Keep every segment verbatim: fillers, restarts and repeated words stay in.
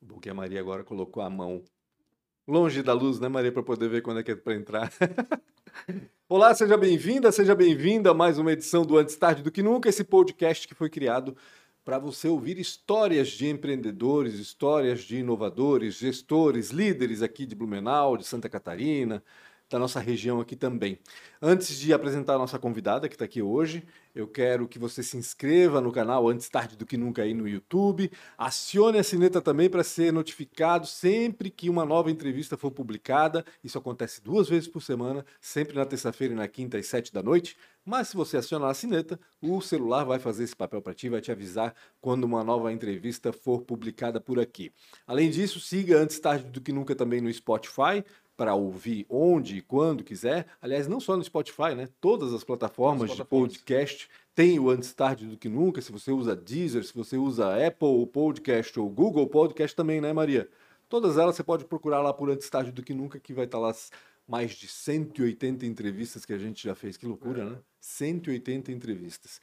Bom que a Maria agora colocou a mão longe da luz, né, Maria, para poder ver quando é que é para entrar. Olá, seja bem-vinda, seja bem-vinda a mais uma edição do Antes Tarde do Que Nunca, esse podcast que foi criado para você ouvir histórias de empreendedores, histórias de inovadores, gestores, líderes aqui de Blumenau, de Santa Catarina, da nossa região aqui também. Antes de apresentar a nossa convidada que está aqui hoje, eu quero que você se inscreva no canal Antes Tarde do Que Nunca aí no YouTube, acione a sineta também para ser notificado sempre que uma nova entrevista for publicada. Isso acontece duas vezes por semana, sempre na terça-feira e na quinta às sete da noite. Mas se você acionar a sineta, o celular vai fazer esse papel para ti, vai te avisar quando uma nova entrevista for publicada por aqui. Além disso, siga Antes Tarde do Que Nunca também no Spotify, para ouvir onde e quando quiser. Aliás, não só no Spotify, né? Todas as plataformas, as plataformas de podcast tem o Antes Tarde do Que Nunca. Se você usa Deezer, se você usa Apple Podcast ou Google Podcast também, né, Maria? Todas elas você pode procurar lá por Antes Tarde do Que Nunca, que vai estar lá as mais de cento e oitenta entrevistas que a gente já fez. Que loucura, é. né? cento e oitenta entrevistas.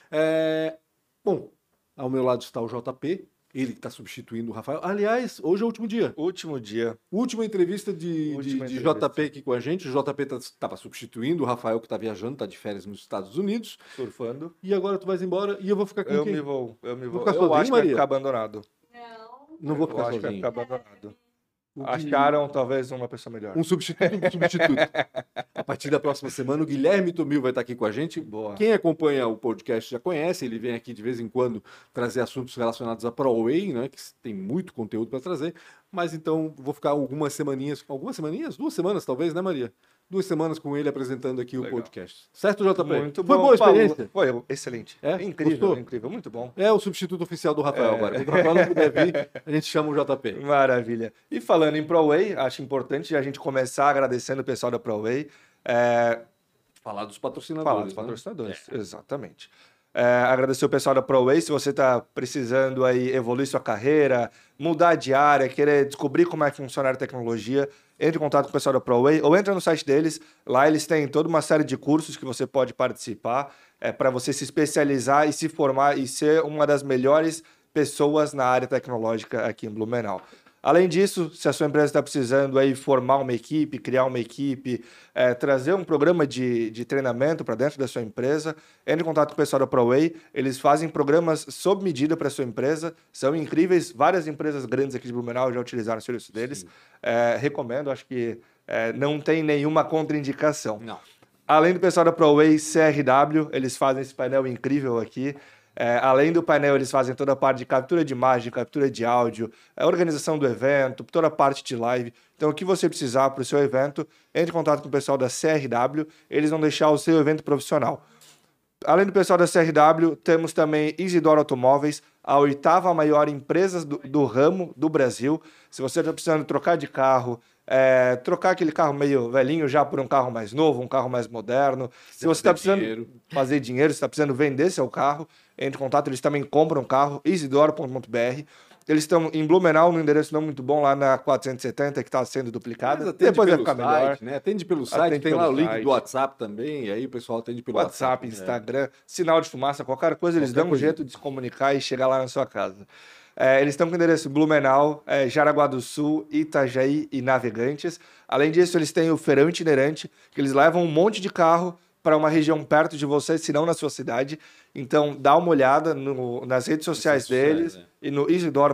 É... Bom, ao meu lado está o J P. Ele que está substituindo o Rafael. Aliás, hoje é o último dia. Último dia. Última entrevista de, Última de, de entrevista. J P aqui com a gente. O J P estava substituindo o Rafael, que está viajando, está de férias nos Estados Unidos. Surfando. E agora tu vais embora e eu vou ficar com eu quem? Me vou, eu me vou. Vou ficar eu sozinho, acho Maria? que vai ficar abandonado. Não. Não vou ficar eu sozinho. Acho que vai ficar abandonado. O Acharam talvez uma pessoa melhor. Um substituto, um substituto. A partir da próxima semana, o Guilherme Tomil vai estar aqui com a gente. Boa. Quem acompanha o podcast já conhece, ele vem aqui de vez em quando trazer assuntos relacionados à ProWay, né, que tem muito conteúdo para trazer. Mas então vou ficar algumas semaninhas, algumas semaninhas? Duas semanas talvez, né, Maria? Duas semanas com ele apresentando aqui Legal. o podcast. Certo, J P? Muito Foi bom. boa a experiência? Foi excelente. É? Incrível, Gostou? incrível. Muito bom. É o substituto oficial do Rafael É. agora. Quando o Rafael não puder vir, a gente chama o J P. Maravilha. E falando em ProWay, acho importante a gente começar agradecendo o pessoal da ProWay. É... Falar dos patrocinadores. Falar dos né? patrocinadores, É. exatamente. É, agradecer o pessoal da ProWay. Se você está precisando aí evoluir sua carreira, mudar de área, querer descobrir como é que funciona a tecnologia, entre em contato com o pessoal da ProWay ou entra no site deles. Lá eles têm toda uma série de cursos que você pode participar é, para você se especializar e se formar e ser uma das melhores pessoas na área tecnológica aqui em Blumenau. Além disso, se a sua empresa está precisando aí formar uma equipe, criar uma equipe, é, trazer um programa de, de treinamento para dentro da sua empresa, entre em contato com o pessoal da ProWay. Eles fazem programas sob medida para a sua empresa, são incríveis. Várias empresas grandes aqui de Blumenau já utilizaram o serviço deles. É, recomendo, acho que é, não tem nenhuma contraindicação. Não. Além do pessoal da ProWay, C R W, eles fazem esse painel incrível aqui. É, além do painel, eles fazem toda a parte de captura de imagem, captura de áudio, a organização do evento, toda a parte de live. Então, o que você precisar para o seu evento, entre em contato com o pessoal da C R W, eles vão deixar o seu evento profissional. Além do pessoal da C R W, temos também Isidoro Automóveis, a oitava maior empresa do, do ramo do Brasil. Se você está precisando trocar de carro, É, trocar aquele carro meio velhinho já por um carro mais novo, um carro mais moderno. Se você está precisando dinheiro. fazer dinheiro, se está precisando vender seu carro, entre em contato, eles também compram um carro, isidoro ponto b r. Eles estão em Blumenau, num endereço não muito bom, lá na quatrocentos e setenta, que está sendo duplicada. Depois vai ficar site, melhor. Né? Atende pelo site, Atende tem pelo lá o link site. do WhatsApp também, e aí o pessoal atende pelo WhatsApp, WhatsApp. Instagram, é. sinal de fumaça, qualquer coisa, eles Qualquer dão um coisa. jeito de se comunicar e chegar lá na sua casa. É, eles estão com o endereço Blumenau, é, Jaraguá do Sul, Itajaí e Navegantes. Além disso, eles têm o feirão itinerante, que eles levam um monte de carro para uma região perto de você, se não na sua cidade. Então, dá uma olhada no, nas redes sociais redes deles sociais, e no isidoro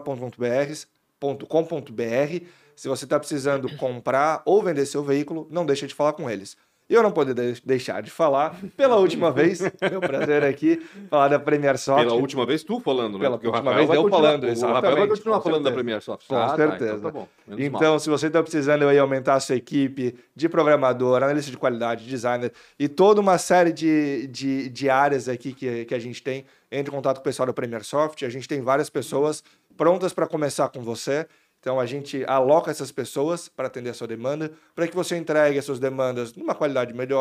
ponto com ponto b r. Se você está precisando comprar ou vender seu veículo, não deixe de falar com eles. E eu não poderia deixar de falar, pela última vez, é um prazer aqui, falar da Premier Soft. Pela última vez tu falando, né? Pela Porque o última Rafael vez vai eu continuar- falando, O Rafael vai exatamente, continuar com falando da certeza. Premier Soft. Com Ah, tá, certeza. então tá bom. Menos mal. Então, se você está precisando aí aumentar a sua equipe de programador, analista de qualidade, designer e toda uma série de, de, de áreas aqui que, que a gente tem, entre em contato com o pessoal da Premier Soft. A gente tem várias pessoas prontas para começar com você. Então, a gente aloca essas pessoas para atender a sua demanda, para que você entregue as suas demandas numa qualidade melhor,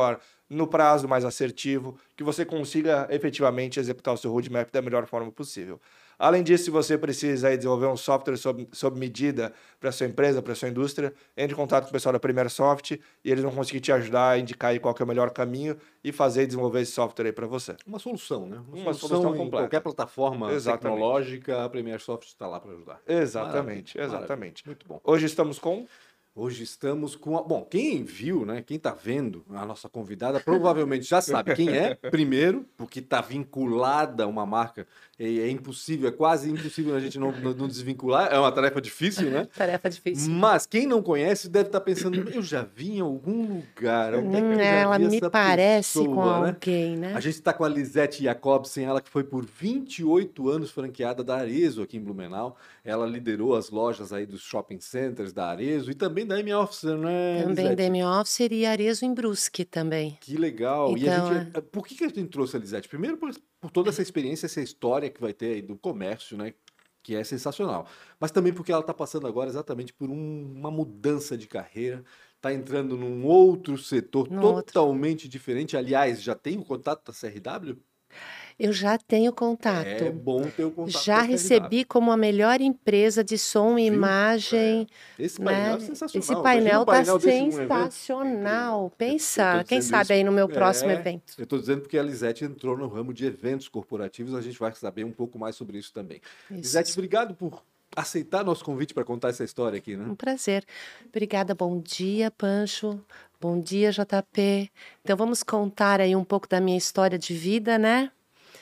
no prazo mais assertivo, que você consiga efetivamente executar o seu roadmap da melhor forma possível. Além disso, se você precisa aí desenvolver um software sob, sob medida para a sua empresa, para a sua indústria, entre em contato com o pessoal da Premier Soft e eles vão conseguir te ajudar a indicar aí qual que é o melhor caminho e fazer e desenvolver esse software aí para você. Uma solução, né? Uma, Uma solução, solução em completa. qualquer plataforma Exatamente. tecnológica, a Premier Soft está lá para ajudar. Exatamente, Maravilha, exatamente. maravilha. Muito bom. Hoje estamos com... Hoje estamos com... A... Bom, quem viu, né? Quem está vendo a nossa convidada provavelmente já sabe quem é, primeiro, porque está vinculada a uma marca. É, é impossível, é quase impossível a gente não, não desvincular. É uma tarefa difícil, né? Tarefa difícil. Mas quem não conhece deve estar pensando, eu já vi em algum lugar. Onde é que eu já Ela vi me essa parece pessoa, com né? alguém, né? A gente está com a Lisete Jacobsen, ela que foi por vinte e oito anos franqueada da Arezzo aqui em Blumenau. Ela liderou as lojas aí dos shopping centers da Arezzo e também da M-Officer, né, Também Lisete? da M-Officer e Arezzo em Brusque também. Que legal. E a Então, gente, por que que a gente trouxe a Lisete? Primeiro por, por toda essa experiência, essa história que vai ter aí do comércio, né? Que é sensacional. Mas também porque ela está passando agora exatamente por um- uma mudança de carreira, está entrando num outro setor No outro. totalmente diferente. Aliás, já tem o contato da C R W? Eu já tenho contato. É bom ter o contato Já da C R W. recebi como a melhor empresa de som e Viu? imagem. Esse Né? painel é sensacional. Esse Imagina painel um painel está desse num evento. sensacional. Eu Pensa, tô quem dizendo sabe isso- aí no meu próximo É, evento. Eu estou dizendo porque a Lisete entrou no ramo de eventos corporativos, a gente vai saber um pouco mais sobre isso também. Isso. Lisete, obrigado por aceitar nosso convite para contar essa história aqui, né? Um prazer. Obrigada. Bom dia, Pancho. Bom dia, J P. Então vamos contar aí um pouco da minha história de vida, né?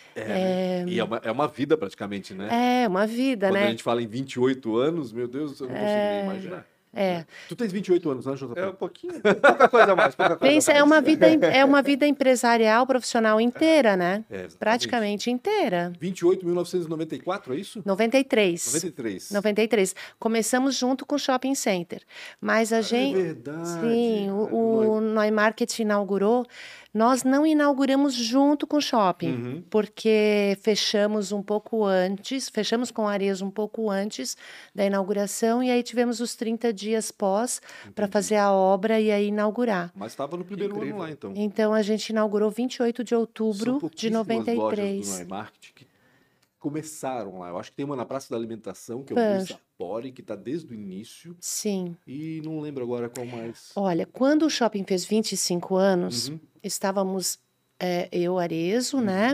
É, E é uma, é uma vida praticamente, né? É, uma vida, Quando né? a gente fala em vinte e oito anos, meu Deus, eu não consigo nem imaginar. É. Tu tens vinte e oito anos, né, J P? É um pouquinho, pouca coisa a mais, pouca coisa Pensa, a mais. é uma vida, é uma vida empresarial, profissional inteira, né? É, exatamente. Praticamente inteira. vinte e oito, mil novecentos e noventa e quatro, é isso? noventa e três. noventa e três. noventa e três. Começamos junto com o Shopping Center. Mas a É gente. verdade. Sim, o, o Noi Market inaugurou. Nós não inauguramos junto com o shopping, Uhum. porque fechamos um pouco antes, fechamos com a Arezzo um pouco antes da inauguração, e aí tivemos os trinta dias pós para fazer a obra e aí inaugurar. Mas estava no primeiro Incrível. ano lá, então. Então a gente inaugurou vinte e oito de São outubro de pouquíssimas noventa e lojas do três. Noi Market que começaram lá. Eu acho que tem uma na Praça da Alimentação, que é o Pancho. Luiz Sapori, que está desde o início. Sim. E não lembro agora qual mais. Olha, quando o shopping fez vinte e cinco anos, Uhum. estávamos é, eu, Arezzo, né?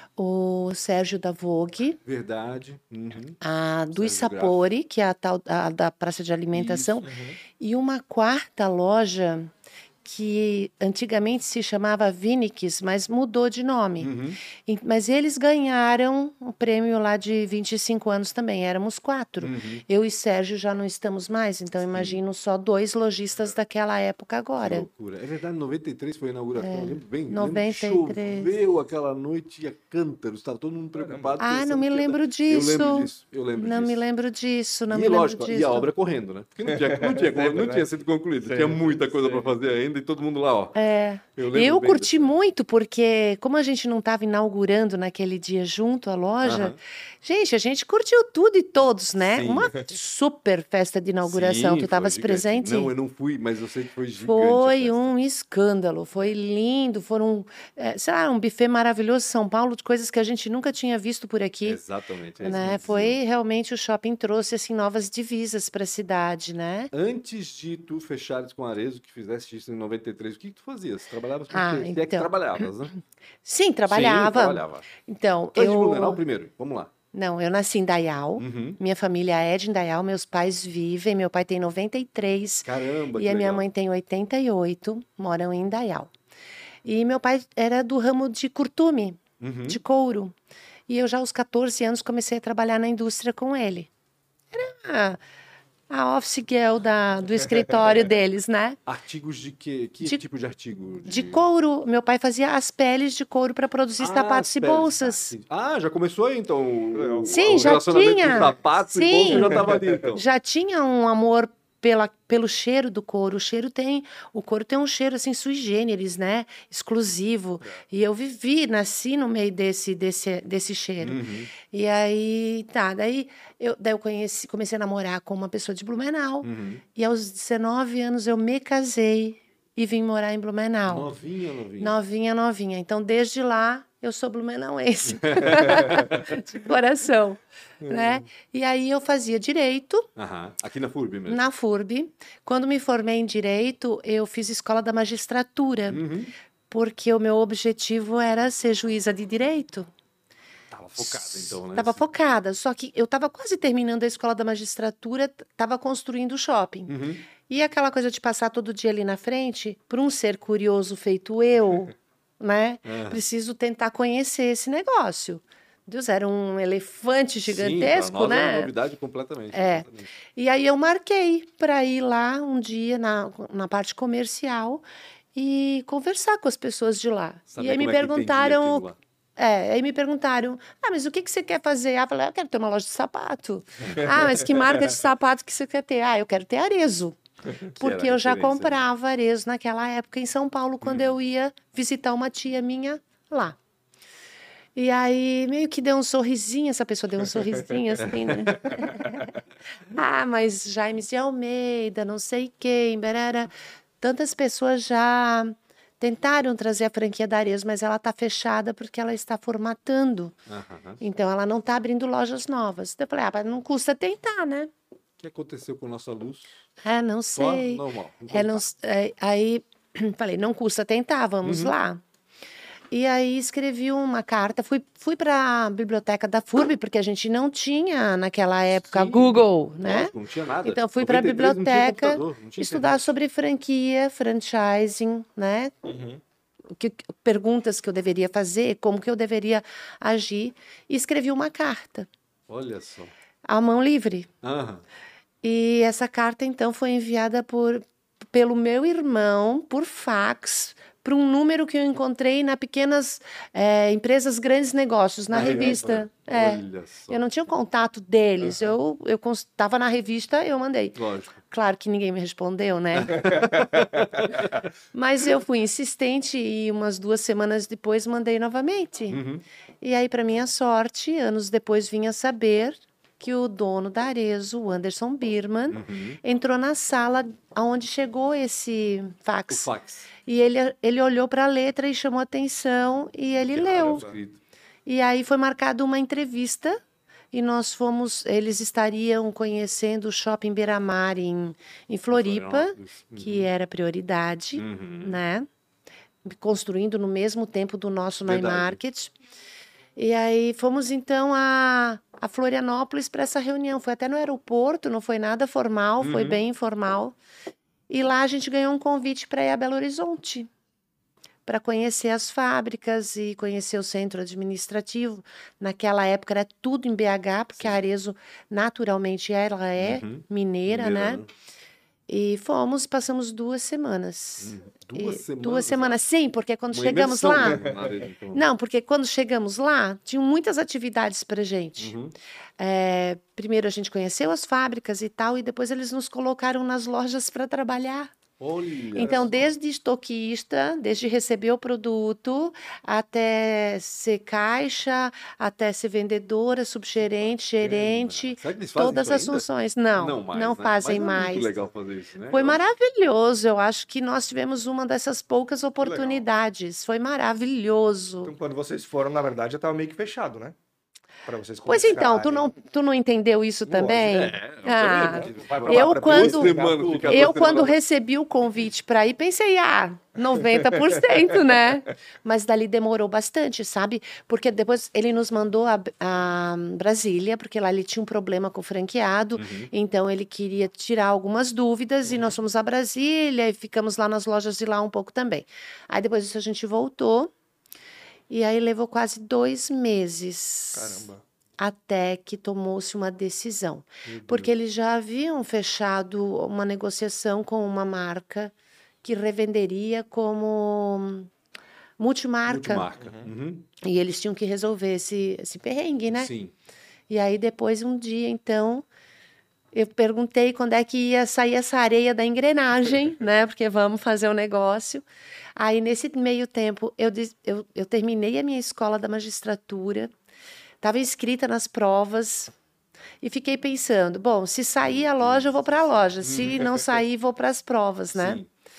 O Sérgio da Vogue, Verdade. Uhum. a do Sérgio Sapori, que é a tal a da praça de alimentação, Isso. e uma quarta loja que antigamente se chamava Vinix, mas mudou de nome. Uhum. E- Mas eles ganharam o prêmio lá de vinte e cinco anos também, éramos quatro. Uhum. Eu e Sérgio já não estamos mais, então Sim. imagino só dois lojistas daquela época Que agora. loucura. É verdade, noventa e três foi a inauguração. Eu lembro bem. Lembro que noventa e três. Choveu aquela noite e a cântaros. Estava todo mundo preocupado. Ah, pensando não me que ia dar- lembro Eu disso. lembro disso. Eu lembro Não disso. me lembro disso, não e me lembro lógico, disso. e a obra correndo, né? Porque não tinha, não tinha, Sempre, não né? tinha sido concluída. Sempre, Tinha muita coisa para sempre. fazer ainda e todo mundo lá, ó. É. Eu, lembro Eu bem curti dessa- muito, porque como a gente não estava inaugurando naquele dia junto à loja, Aham. gente, a gente curtiu tudo e todos, né? Sim. Uma super festa de inauguração. Sim, Tu foi estavas gigante. presente? Não, eu não fui, mas eu sei que foi gigante. a Foi festa. um escândalo, foi lindo, foram, é, sei lá, um buffet maravilhoso em São Paulo, de coisas que a gente nunca tinha visto por aqui. Exatamente. é isso Né? mesmo. Foi realmente o shopping trouxe assim novas divisas para a cidade, né? Antes de tu fechares com a Arezzo, que fizeste isso em noventa e três, o que, que tu fazias? Trabalhavas com Ah, o quê? Se é que então. trabalhavas, né? Sim, trabalhava. Sim, trabalhava. Então, Tu és de eu Blumenau primeiro? Vamos lá. não, eu nasci em Dayal. Uhum. Minha família é de Indaial, meus pais vivem, meu pai tem noventa e três Caramba, e que a minha legal. mãe tem oitenta e oito, moram em Indaial. E meu pai era do ramo de curtume, Uhum. de couro. E eu já aos catorze anos comecei a trabalhar na indústria com ele. Era a, a office girl da, do escritório deles, né? Artigos de quê? Que De- tipo de artigo? De couro. Meu pai fazia as peles de couro para produzir Ah, sapatos e peles. bolsas. Ah, já começou aí, então, o, Sim, o já relacionamento tinha. com sapatos e Sim. bolsas já estava ali, então. Já tinha um amor pela, pelo cheiro do couro. O cheiro tem, o couro tem um cheiro assim sui generis, né? Exclusivo. E eu vivi, nasci no meio desse desse desse cheiro. Uhum. E aí, tá, daí eu, daí eu conheci, comecei a namorar com uma pessoa de Blumenau. Uhum. E aos dezenove anos eu me casei e vim morar em Blumenau. Novinha, novinha. Novinha, novinha. Então, desde lá, eu sou blumenauense. De coração. Né? E aí eu fazia direito. Aham. Aqui na F U R B mesmo? Na F U R B. Quando me formei em direito, eu fiz escola da magistratura. Uhum. Porque o meu objetivo era ser juíza de direito. Tava focada, então, né? Estava focada, só que eu estava quase terminando a escola da magistratura, estava construindo o shopping. Uhum. E aquela coisa de passar todo dia ali na frente, para um ser curioso feito eu, né? Uhum. Preciso tentar conhecer esse negócio. Deus, era um elefante gigantesco, Sim, pra nós né? É uma novidade completamente. É. completamente. E aí eu marquei para ir lá um dia na, na parte comercial e conversar com as pessoas de lá. Saber e aí me como é que entendia perguntaram... aquilo lá. É, aí me perguntaram, ah, mas o que, que você quer fazer? Ah, eu falei, eu quero ter uma loja de sapato. Ah, mas que marca de sapato que você quer ter? Ah, eu quero ter Arezzo. Porque era a eu já referência, né? comprava Arezzo naquela época em São Paulo, quando Hum. eu ia visitar uma tia minha lá. E aí, meio que deu um sorrisinho, essa pessoa deu um sorrisinho assim, né? Ah, mas Jaime de Almeida, não sei quem, berara. Tantas pessoas já tentaram trazer a franquia da Arezzo, mas ela está fechada porque ela está formatando. Aham. Então, ela não está abrindo lojas novas. Então, eu falei, ah, mas não custa tentar, né? O que aconteceu com nossa luz? É, não Só sei. normal. É, não, é, aí, falei, não custa tentar, vamos Uhum. lá. E aí escrevi uma carta, fui, fui para a biblioteca da F U R B, porque a gente não tinha naquela época Sim, Google, né? Lógico, não tinha nada. Então fui para a noventa e três não tinha biblioteca computador, não tinha estudar internet. sobre franquia, franchising, né? Uhum. O que, perguntas que eu deveria fazer, como que eu deveria agir. E escrevi uma carta, Olha só. à mão livre. Aham. E essa carta, então, foi enviada por, pelo meu irmão, por fax, para um número que eu encontrei na Pequenas é, Empresas Grandes Negócios, na, Na revista. revista, É. Olha só. Eu não tinha o contato deles. Eu eu estava na revista, eu mandei. Lógico. Claro que ninguém me respondeu, né? Mas eu fui insistente e umas duas semanas depois mandei novamente. Uhum. E aí, para minha sorte, anos depois vim a saber que o dono da Arezzo, o Anderson Birman, Uhum. entrou na sala aonde chegou esse O fax. fax. E ele, ele olhou para a letra e chamou atenção e ele leu. Escrito. E aí foi marcada uma entrevista e nós fomos, eles estariam conhecendo o Shopping Beira-Mar em, em Floripa, Florianópolis. que era prioridade, Uhum. né? Construindo no mesmo tempo do nosso Nine Verdade. Market. E aí fomos então a, a Florianópolis para essa reunião. Foi até no aeroporto, não foi nada formal, foi Uhum. bem informal. E lá a gente ganhou um convite para ir a Belo Horizonte, para conhecer as fábricas e conhecer o centro administrativo. Naquela época era tudo em B H, porque a Arezzo naturalmente ela é Uhum. mineira, né? né? E fomos, passamos duas semanas. Hum, Duas E- semanas. Duas semanas, sim, porque quando Uma chegamos imersão, lá... né, na área, então. Não, porque quando chegamos lá, tinham muitas atividades para gente. Uhum. É, primeiro a gente conheceu as fábricas e tal, e depois eles nos colocaram nas lojas para trabalhar. Olha Então, só. desde estoquista, desde receber o produto, até ser caixa, até ser vendedora, subgerente, gerente, Será que eles fazem todas isso as ainda? funções. Não, Não não, mais, né? fazem Mas é mais. muito legal fazer isso, né? Foi Eu- maravilhoso. Eu acho que nós tivemos uma dessas poucas oportunidades. Foi maravilhoso. Então, quando vocês foram, na verdade, já estava meio que fechado, né? Para vocês Pois então, tu começarem. não, tu não entendeu isso Lógico, também? É, eu Ah, também, porque Vai pra eu lá pra quando- tudo, Duas semanas, tudo. fica- Eu, você quando não- recebi o convite para ir, pensei, ah, noventa por cento, né? Mas dali demorou bastante, sabe? Porque depois ele nos mandou a, a Brasília, porque lá ele tinha um problema com o franqueado, Uhum. então ele queria tirar algumas dúvidas e nós fomos a Brasília e ficamos lá nas lojas de lá um pouco também. Aí depois disso a gente voltou e aí levou quase dois meses. Caramba. Até que tomou-se uma decisão. Porque eles já haviam fechado uma negociação com uma marca que revenderia como multimarca. Multimarca. Uhum. E eles tinham que resolver esse, esse perrengue, né? Sim. E aí, depois, um dia, então, eu perguntei quando é que ia sair essa areia da engrenagem, né? Porque vamos fazer o negócio. Aí, nesse meio tempo, eu, dis- eu, eu terminei a minha escola da magistratura, estava inscrita nas provas e fiquei pensando, bom, se sair a loja, eu vou para a loja. Se não sair, vou para as provas, né? Sim.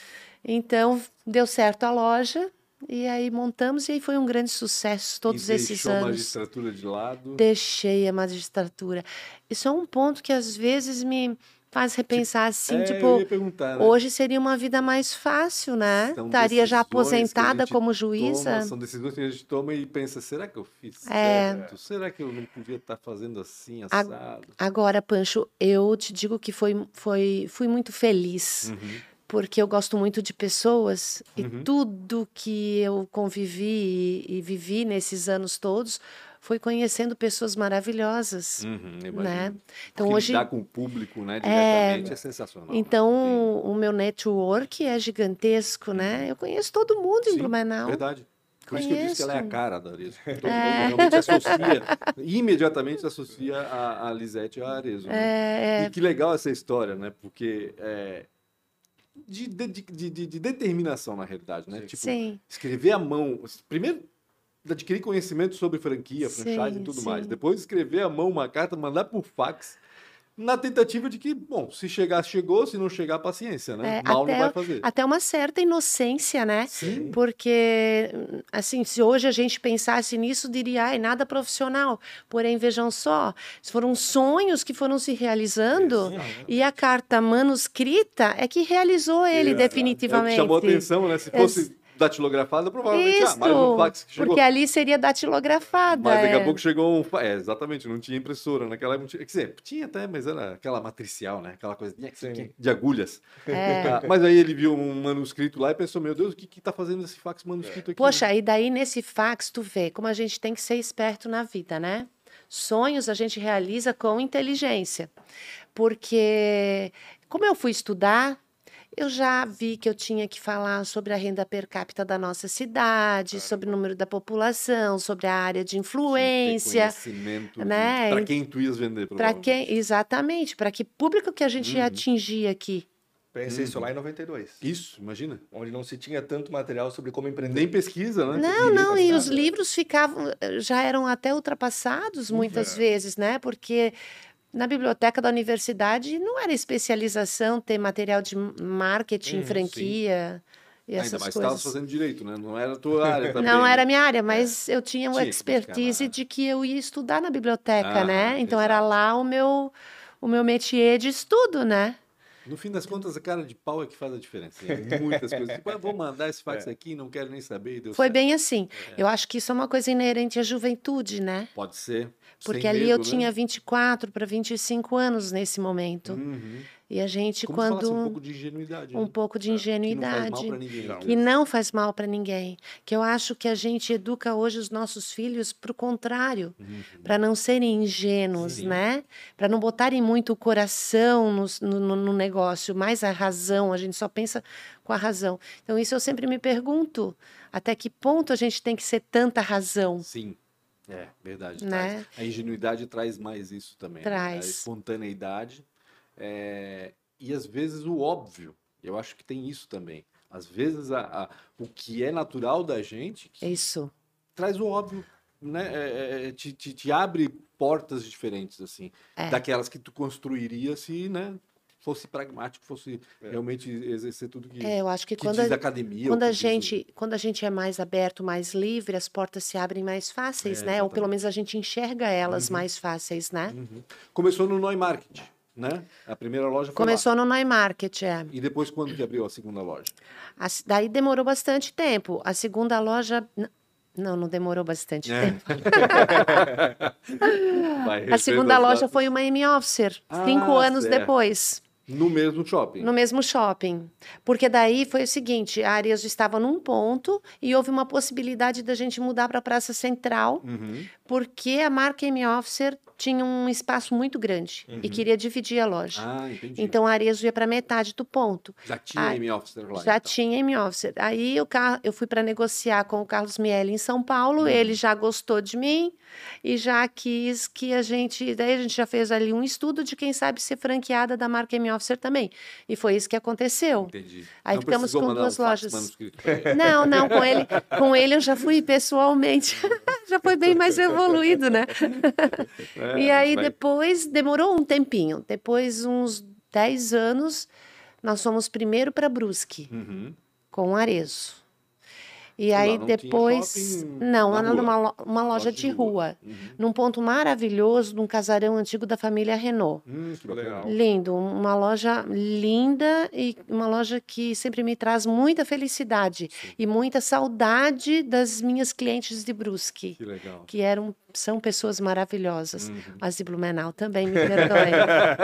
Então, deu certo a loja, e aí montamos, e aí foi um grande sucesso todos e esses deixou a anos. magistratura de lado. Deixei a magistratura. Isso é um ponto que às vezes me faz repensar assim, É, tipo, eu ia perguntar, né? hoje seria uma vida mais fácil, né? São Estaria já decisões que a aposentada gente como toma, juíza. são decisões que a gente toma e pensa, será que eu fiz É. certo? Será que eu não podia estar fazendo assim, A- assado? Agora, Pancho, eu te digo que foi, foi, fui muito feliz, Uhum. porque eu gosto muito de pessoas e Uhum. tudo que eu convivi e, e vivi nesses anos todos foi conhecendo pessoas maravilhosas, Uhum, né? imagino. Então Porque hoje, lidar com o público, né, diretamente é, sensacional. né? então Não o meu network é gigantesco, né? Eu conheço todo mundo tem- em Sim, Blumenau. verdade. Por isso que eu disse que ela é a Conheço. cara da Arezzo. Todo mundo realmente associa, imediatamente associa a, a Lisete a Arezzo. né? É, E que legal essa história, né? Porque é, de, de, de, de- de determinação, na realidade, né? Tipo, sim, escrever à mão. Primeiro, adquirir conhecimento sobre franquia, Sim, franchise e tudo sim. mais. Depois, escrever à mão uma carta, mandar por fax, na tentativa de que, bom, se chegar, chegou, se não chegar, paciência, né? É, Mal não até- vai fazer. até uma certa inocência, né? Sim. Porque, assim, se hoje a gente pensasse nisso, diria, ai, nada profissional. Porém, vejam só, foram sonhos que foram se realizando e a carta manuscrita é que realizou ele Exato. É o definitivamente. que chamou a atenção, né? Se fosse datilografada, provavelmente, ah, Isso, mais um fax que chegou. porque ali seria datilografada. Mas daqui é. a pouco chegou um. fa- É, exatamente, não tinha impressora naquela época. Quer dizer, tinha até, mas era aquela matricial, né? Aquela coisa de, de agulhas. É. Ah, mas aí ele viu um manuscrito lá e pensou: meu Deus, o que que tá fazendo esse fax manuscrito aqui? Poxa, e daí nesse fax tu vê como a gente tem que ser esperto na vida, né? Sonhos a gente realiza com inteligência. Porque como eu fui estudar, eu já vi que eu tinha que falar sobre a renda per capita da nossa cidade, sobre o número da população, sobre a área de influência, né? Para quem tu ias vender, Para quem, exatamente, para que público que a gente ia Uhum. atingir aqui. Pensei isso lá em noventa e dois. Isso, imagina. Onde não se tinha tanto material sobre como empreender. Nem pesquisa, né? Não, não, e os livros ficavam, já eram até ultrapassados muitas É. vezes, né? Porque na biblioteca da universidade não era especialização ter material de marketing, Uhum, franquia e Ainda essas mais estavas coisas. fazendo direito, né? Não era a tua área também. Não né? era a minha área, mas eu tinha o Tinha que buscar expertise na- de que eu ia estudar na biblioteca, Ah, né? Então era exato. lá o meu o meu métier de estudo, né? No fim das contas, a cara de pau é que faz a diferença. Em muitas coisas. Tipo, ah, vou mandar esse fax aqui, não quero nem saber. E deu Foi certo. bem assim. Eu acho que isso é uma coisa inerente à juventude, né? Pode ser. Porque sem ali medo, eu né? tinha vinte e quatro para vinte e cinco anos nesse momento. Uhum. E a gente, Como se quando. falasse um pouco de ingenuidade. um né? pouco de Que não faz ingenuidade. mal pra ninguém. às Que vezes. não faz mal para ninguém. Que eu acho que a gente educa hoje os nossos filhos para o contrário, para não serem ingênuos, Sim. né? Para não botarem muito o coração no, no, no negócio, mais a razão. A gente só pensa com a razão. Então, isso eu sempre me pergunto: até que ponto a gente tem que ser tanta razão? Sim. É, verdade. Né? Traz. A ingenuidade traz mais isso também. né? Traz. A espontaneidade. é, E às vezes o óbvio. Eu acho que tem isso também. Às vezes a, a- o que é natural da gente que Isso. traz o óbvio, né? É, é, te, te, te abre portas diferentes, assim. É. Daquelas que tu construiria se, né? Fosse pragmático, fosse realmente exercer tudo que, É, eu acho que, que quando, diz a, a academia. quando, ou a que diz o- gente, quando a gente é mais aberto, mais livre, as portas se abrem mais fáceis, É, né? Ou pelo exatamente. menos a gente enxerga elas mais fáceis, né? Uhum. Começou no Neumarkt, né? A primeira loja foi Começou no Neumarkt, é. lá. E depois quando que abriu a segunda loja? A s- daí demorou bastante tempo. A segunda loja. n- Não, não demorou bastante É. tempo. Vai, A segunda revendo as loja datas. foi uma M Officer, Ah, cinco anos certo. depois. No mesmo shopping. No mesmo shopping. Porque daí foi o seguinte, a Arezzo estava num ponto e houve uma possibilidade da gente mudar para a Praça Central, Uhum. porque a marca M Officer tinha um espaço muito grande e queria dividir a loja. Ah, entendi. Então a Arezzo ia para metade do ponto. Já tinha Ah, M Officer lá. Já então. tinha M Officer. Aí eu, ca- eu fui para negociar com o Carlos Miele em São Paulo, Uhum. ele já gostou de mim e já quis que a gente. Daí a gente já fez ali um estudo de quem sabe ser franqueada da marca M Officer também. E foi isso que aconteceu. Entendi. Aí Não ficamos precisou com mandar duas um fax lojas. manuscrito pra ele. Não, não, com ele, com ele eu já fui pessoalmente. Já foi bem mais evoluído, né? É, E a aí gente vai- depois, demorou um tempinho. Depois, uns dez anos, nós fomos primeiro para Brusque. Uhum. com o Arezzo. E lá aí não tinha depois. shopping Não, na era rua? numa lo- uma Loja loja de de rua. rua. Uhum. Num ponto maravilhoso, num casarão antigo da família Renault. Hum, que bacana. Legal. Lindo, uma loja linda e uma loja que sempre me traz muita felicidade Sim. e muita saudade das minhas clientes de Brusque, Que legal. que eram, são pessoas maravilhosas. Uhum. As de Blumenau também, me perdoem.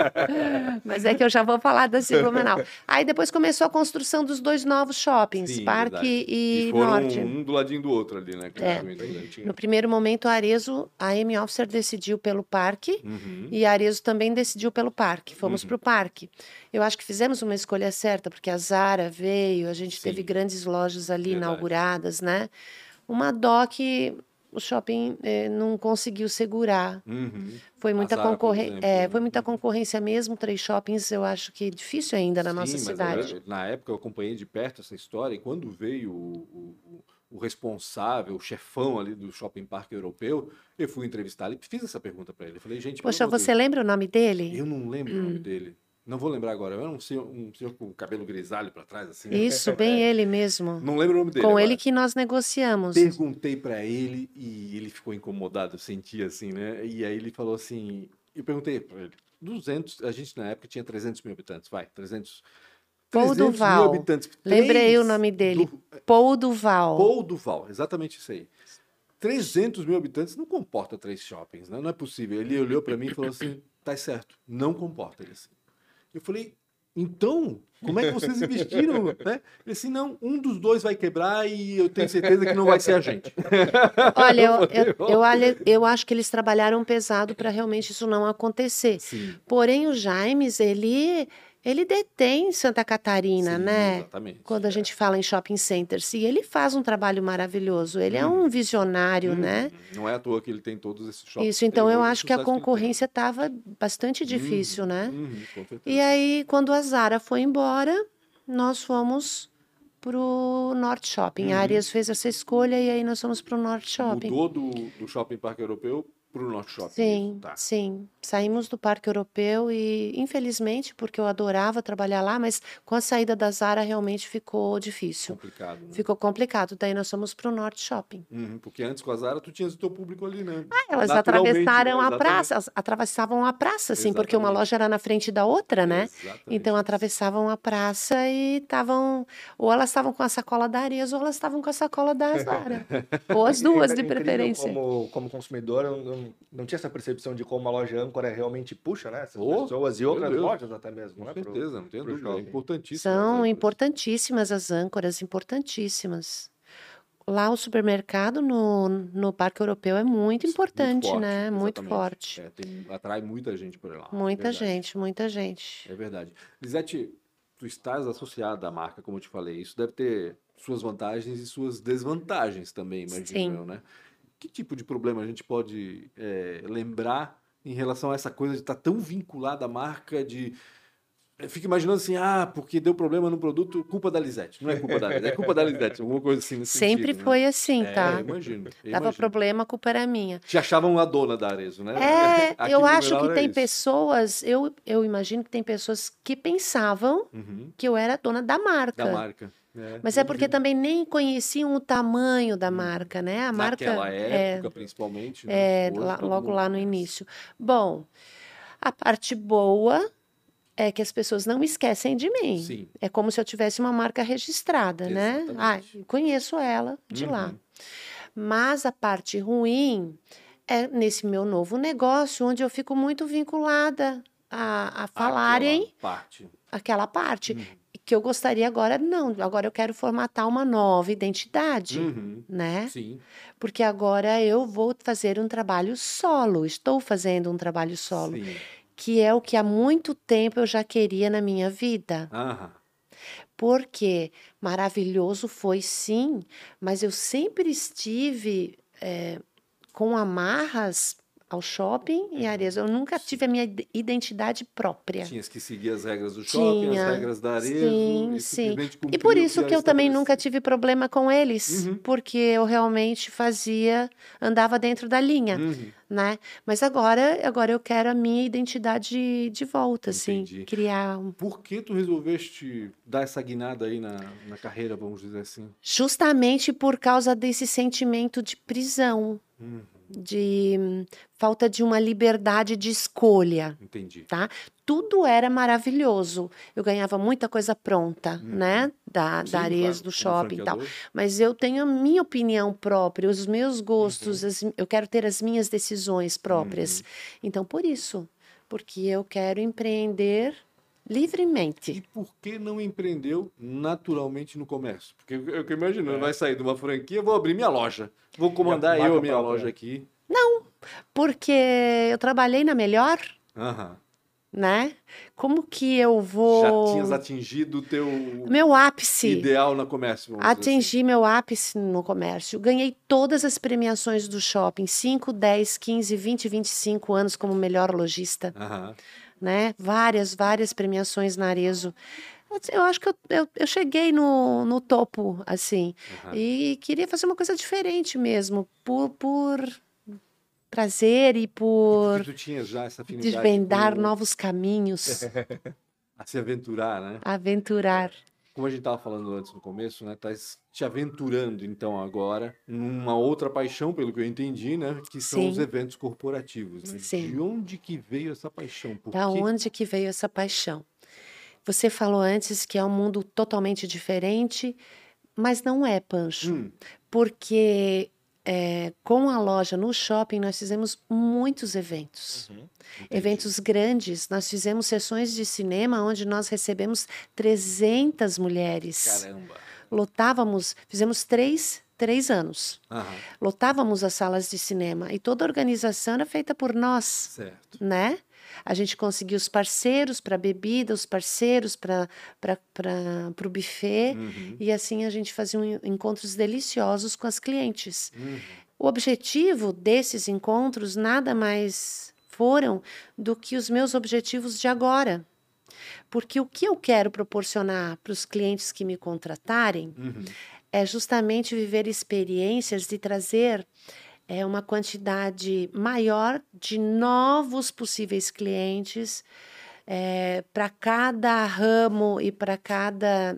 Mas é que eu já vou falar das de Blumenau. Aí depois começou a construção dos dois novos shoppings, Sim, Parque verdade. e, foram Norte. um do ladinho do outro ali, né? É. Construindo, né? No primeiro momento, a Arezzo, a Amy Officer decidiu pelo Parque. Uhum. E a Arezzo também decidiu pelo parque. Fomos Uhum. para o parque. Eu acho que fizemos uma escolha certa, porque a Zara veio, a gente Sim. teve grandes lojas ali Verdade. inauguradas, né? Uma dó que o shopping eh, não conseguiu segurar. Uhum. Foi muita, Zara, por concorrê exemplo, é, né? foi muita concorrência mesmo. Três shoppings, eu acho que é difícil ainda na Sim, nossa mas cidade. eu- na época eu acompanhei de perto essa história e quando veio o, o- o- o responsável, o chefão ali do Shopping Parque Europeu, eu fui entrevistá-lo e fiz essa pergunta para ele. Eu falei, gente, pelo Poxa, amor de você lembra o nome dele? Deus, eu não lembro o nome dele. Não vou lembrar agora. Era um senhor, um senhor com cabelo grisalho para trás, assim. Isso, bem ele mesmo. Não lembro o nome dele. Com agora. ele que nós negociamos. Perguntei para ele e ele ficou incomodado, eu senti assim, né? E aí ele falou assim, eu perguntei para ele, duzentos, a gente na época tinha trezentos mil habitantes, vai, trezentos, Paul trezentos mil Duval. habitantes. Lembrei Três o nome dele. do- Paul Duval. Paul Duval, exatamente isso aí. trezentos mil habitantes não comporta três shoppings, né? Não é possível. Ele olhou para mim e falou assim, tá certo, não comporta ele assim. Eu falei, então, como é que vocês investiram? Né? Ele assim, não, um dos dois vai quebrar e eu tenho certeza que não vai ser a gente. Olha, eu, falei, eu, eu, olha, eu acho que eles trabalharam pesado para realmente isso não acontecer. Sim. Porém, o Jaimes, ele, ele detém Santa Catarina, Sim, né? exatamente. Quando a É. gente fala em shopping centers. E ele faz um trabalho maravilhoso. Ele é um visionário, Hum, né? Não é à toa que ele tem todos esses shoppings. Isso, então Tem eu hoje o acho que a sucesso ele tem. concorrência estava bastante difícil, Uhum, né? uhum, com certeza. E aí, quando a Zara foi embora, nós fomos pro Norte Shopping. A Uhum. Arias fez essa escolha e aí nós fomos pro Norte Shopping. Mudou do, do Shopping Parque Europeu para o Norte Shopping. Sim, isso, tá. sim. Saímos do Parque Europeu e, infelizmente, porque eu adorava trabalhar lá, mas com a saída da Zara realmente ficou difícil. Complicado, né? Ficou complicado. Daí nós fomos pro Norte Shopping. Uhum, porque antes com a Zara tu tinhas o teu público ali, né? Elas Naturalmente, atravessaram né? a Exatamente. praça, elas atravessavam a praça, assim, porque uma Exatamente. loja era na frente da outra, né? Exatamente Então isso. atravessavam a praça e estavam, ou elas estavam com a sacola da Arias, ou elas estavam com a sacola da Zara. Ou as duas, de É incrível preferência. Como, como consumidor, eu não, não tinha essa percepção de como a loja âncora realmente puxa, né? Essas Oh, pessoas e meu outras Deus. lojas até mesmo, Com né? pro- certeza, não tenho pro dúvida. É shopping. importantíssimo. São as âncoras. importantíssimas as âncoras, importantíssimas. Lá o supermercado no, no Parque Europeu é muito importante, forte, né? Muito exatamente. forte. É, tem- atrai muita gente por lá. Muita é verdade. gente, muita gente. É verdade. Lisete, tu estás associada à marca, como eu te falei. Isso deve ter suas vantagens e suas desvantagens também, imagino Sim. eu, né? Que tipo de problema a gente pode é, lembrar em relação a essa coisa de estar tão vinculada à marca, de... Eu fico imaginando assim, ah, porque deu problema no produto, culpa da Lisete. Não é culpa da Lisete, é culpa da Lisete. Alguma coisa assim nesse Sempre sentido, né? foi assim, É, tá? eu imagino. Eu Dava imagino. problema, a culpa era minha. Te achavam a dona da Arezzo, né? É, Aqui eu no acho Blumenau que era tem isso. pessoas, eu, eu imagino que tem pessoas que pensavam Uhum, que eu era dona da marca. da marca. É, Mas eu é porque duvido. também nem conheciam o tamanho da marca, né? A marca Naquela é, época, principalmente. é, né? Hoje lá- todo logo mundo lá no conhece. início. Bom, a parte boa é que as pessoas não esquecem de mim. Sim. É como se eu tivesse uma marca registrada, né? Ah, Exatamente. conheço ela de lá. Uhum. Mas a parte ruim é nesse meu novo negócio, onde eu fico muito vinculada a, a falarem Aquela parte. aquela parte. Uhum. Que eu gostaria agora, não. Agora eu quero formatar uma nova identidade, Uhum. né? Sim. Porque agora eu vou fazer um trabalho solo. Estou fazendo um trabalho solo. Sim. Que é o que há muito tempo eu já queria na minha vida. Aham. Porque maravilhoso foi sim, mas eu sempre estive é, com amarras ao shopping e Arezzo. Eu nunca tive a minha identidade própria. Tinhas que seguir as regras do shopping, Tinha, as regras da Arezzo. sim, e sim. simplesmente E por cumprir o isso que que era eu também estabelecido. nunca tive problema com eles, Uhum. porque eu realmente fazia, andava dentro da linha, Uhum. né? Mas agora, agora eu quero a minha identidade de volta, assim, Entendi. criar um... Por que tu resolveste dar essa guinada aí na, na carreira, vamos dizer assim? Justamente por causa desse sentimento de prisão, Uhum. de hum, falta de uma liberdade de escolha. Entendi. Tá? Tudo era maravilhoso. Eu ganhava muita coisa pronta, Uhum. né? Da, Sim, da Arezzo, claro, do como shopping e tal. franqueador. Mas eu tenho a minha opinião própria, os meus gostos, Uhum. as- eu quero ter as minhas decisões próprias. Então, por isso, porque eu quero empreender E livremente. por que não empreendeu naturalmente no comércio? Porque eu eu imagino, vai sair de uma franquia, vou abrir minha loja. Vou comandar marca eu a minha própria. loja aqui. Porque eu trabalhei na Melhor, Aham. né? Como que eu Já vou... tinhas atingido o teu Meu ápice. ideal no comércio, vamos dizer assim. Atingi meu ápice no comércio. Ganhei todas as premiações do shopping, cinco, dez, quinze, vinte, vinte e cinco anos como melhor lojista, Aham. né? Várias, várias premiações na Arezzo. Eu acho que eu, eu, eu cheguei no, no topo, assim, Aham. e queria fazer uma coisa diferente mesmo, por, por prazer e E por porque tu tinhas já essa afinidade desvendar com novos caminhos, a se aventurar, né? aventurar. Como a gente estava falando antes no começo, né? Tá te aventurando então agora numa outra paixão, pelo que eu entendi, né? Que são os Sim. eventos corporativos, né? Sim. De onde que veio essa paixão? Por Da quê? onde que veio essa paixão? Você falou antes que é um mundo totalmente diferente, mas não é, Pancho, Hum, porque é, com a loja no shopping nós fizemos muitos eventos. entendi. Eventos grandes, nós fizemos sessões de cinema onde nós recebemos trezentas mulheres. Caramba. Lotávamos, fizemos três, três anos. Aham, Lotávamos as salas de cinema e toda a organização era feita por nós, certo. né? A gente conseguiu os parceiros para bebida, os parceiros para o buffet, Uhum, e assim a gente fazia um, encontros deliciosos com as clientes. uhum, O objetivo desses encontros nada mais foram do que os meus objetivos de agora. Porque o que eu quero proporcionar para os clientes que me contratarem uhum. é justamente viver experiências e trazer é, uma quantidade maior de novos possíveis clientes é, para cada ramo e para cada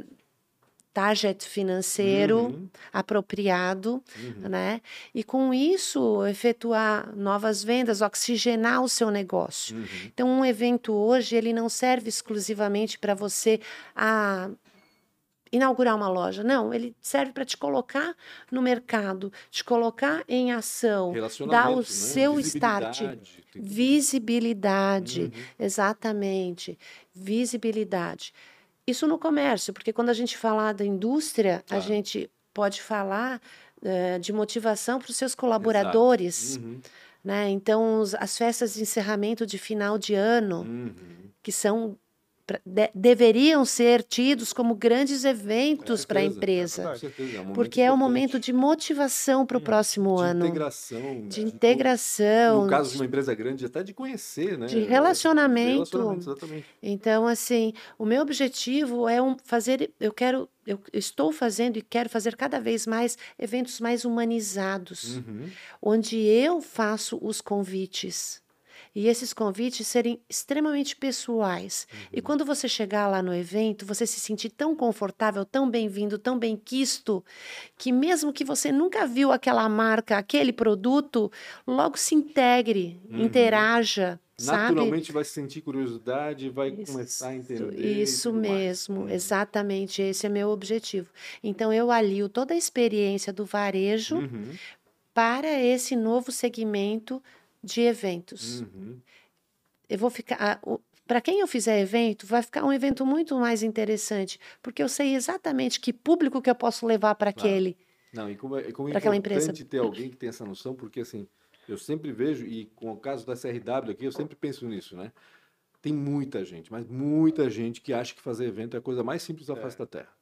target financeiro Uhum. apropriado, Uhum. né? E com isso efetuar novas vendas, oxigenar o seu negócio. Uhum. Então, um evento hoje ele não serve exclusivamente para você a inaugurar uma loja, não, ele serve para te colocar no mercado, te colocar em ação, dar o Relacionamento, né? seu start. Visibilidade, tem tudo. Visibilidade, Uhum. exatamente, visibilidade. Isso no comércio, porque quando a gente falar da indústria, Claro. a gente pode falar eh, de motivação para os seus colaboradores, Exato. Uhum. né? Então, os- as festas de encerramento de final de ano, Uhum. que são pra- de- deveriam ser tidos como grandes eventos para a certeza, empresa, Com certeza, é um momento porque é um importante. momento de motivação para o próximo de ano, integração, de no integração, caso de de, uma empresa grande, até de conhecer, né? de De relacionamento. relacionamento, exatamente. Então, assim, o meu objetivo é um, fazer, eu quero, eu estou fazendo e quero fazer cada vez mais eventos mais humanizados, Uhum. onde eu faço os convites. E esses convites serem extremamente pessoais. E quando você chegar lá no evento, você se sentir tão confortável, tão bem-vindo, tão bem-quisto, que mesmo que você nunca viu aquela marca, aquele produto, logo se integre, Uhum. interaja, sabe? Naturalmente vai sentir curiosidade, vai Isso, começar a entender. e isso tudo mais. mesmo, Uhum. exatamente, esse é meu objetivo. Então, eu alio toda a experiência do varejo Uhum. para esse novo segmento de eventos. Uhum. Eu vou ficar. Para quem eu fizer evento, vai ficar um evento muito mais interessante, porque eu sei exatamente que público que eu posso levar para Claro. aquele. Não, e como é, e como é Pra aquela importante empresa. ter alguém que tem essa noção, porque assim, eu sempre vejo, e com o caso da C R W aqui, eu sempre penso nisso, né? Tem muita gente, mas muita gente que acha que fazer evento é a coisa mais simples da face da Terra.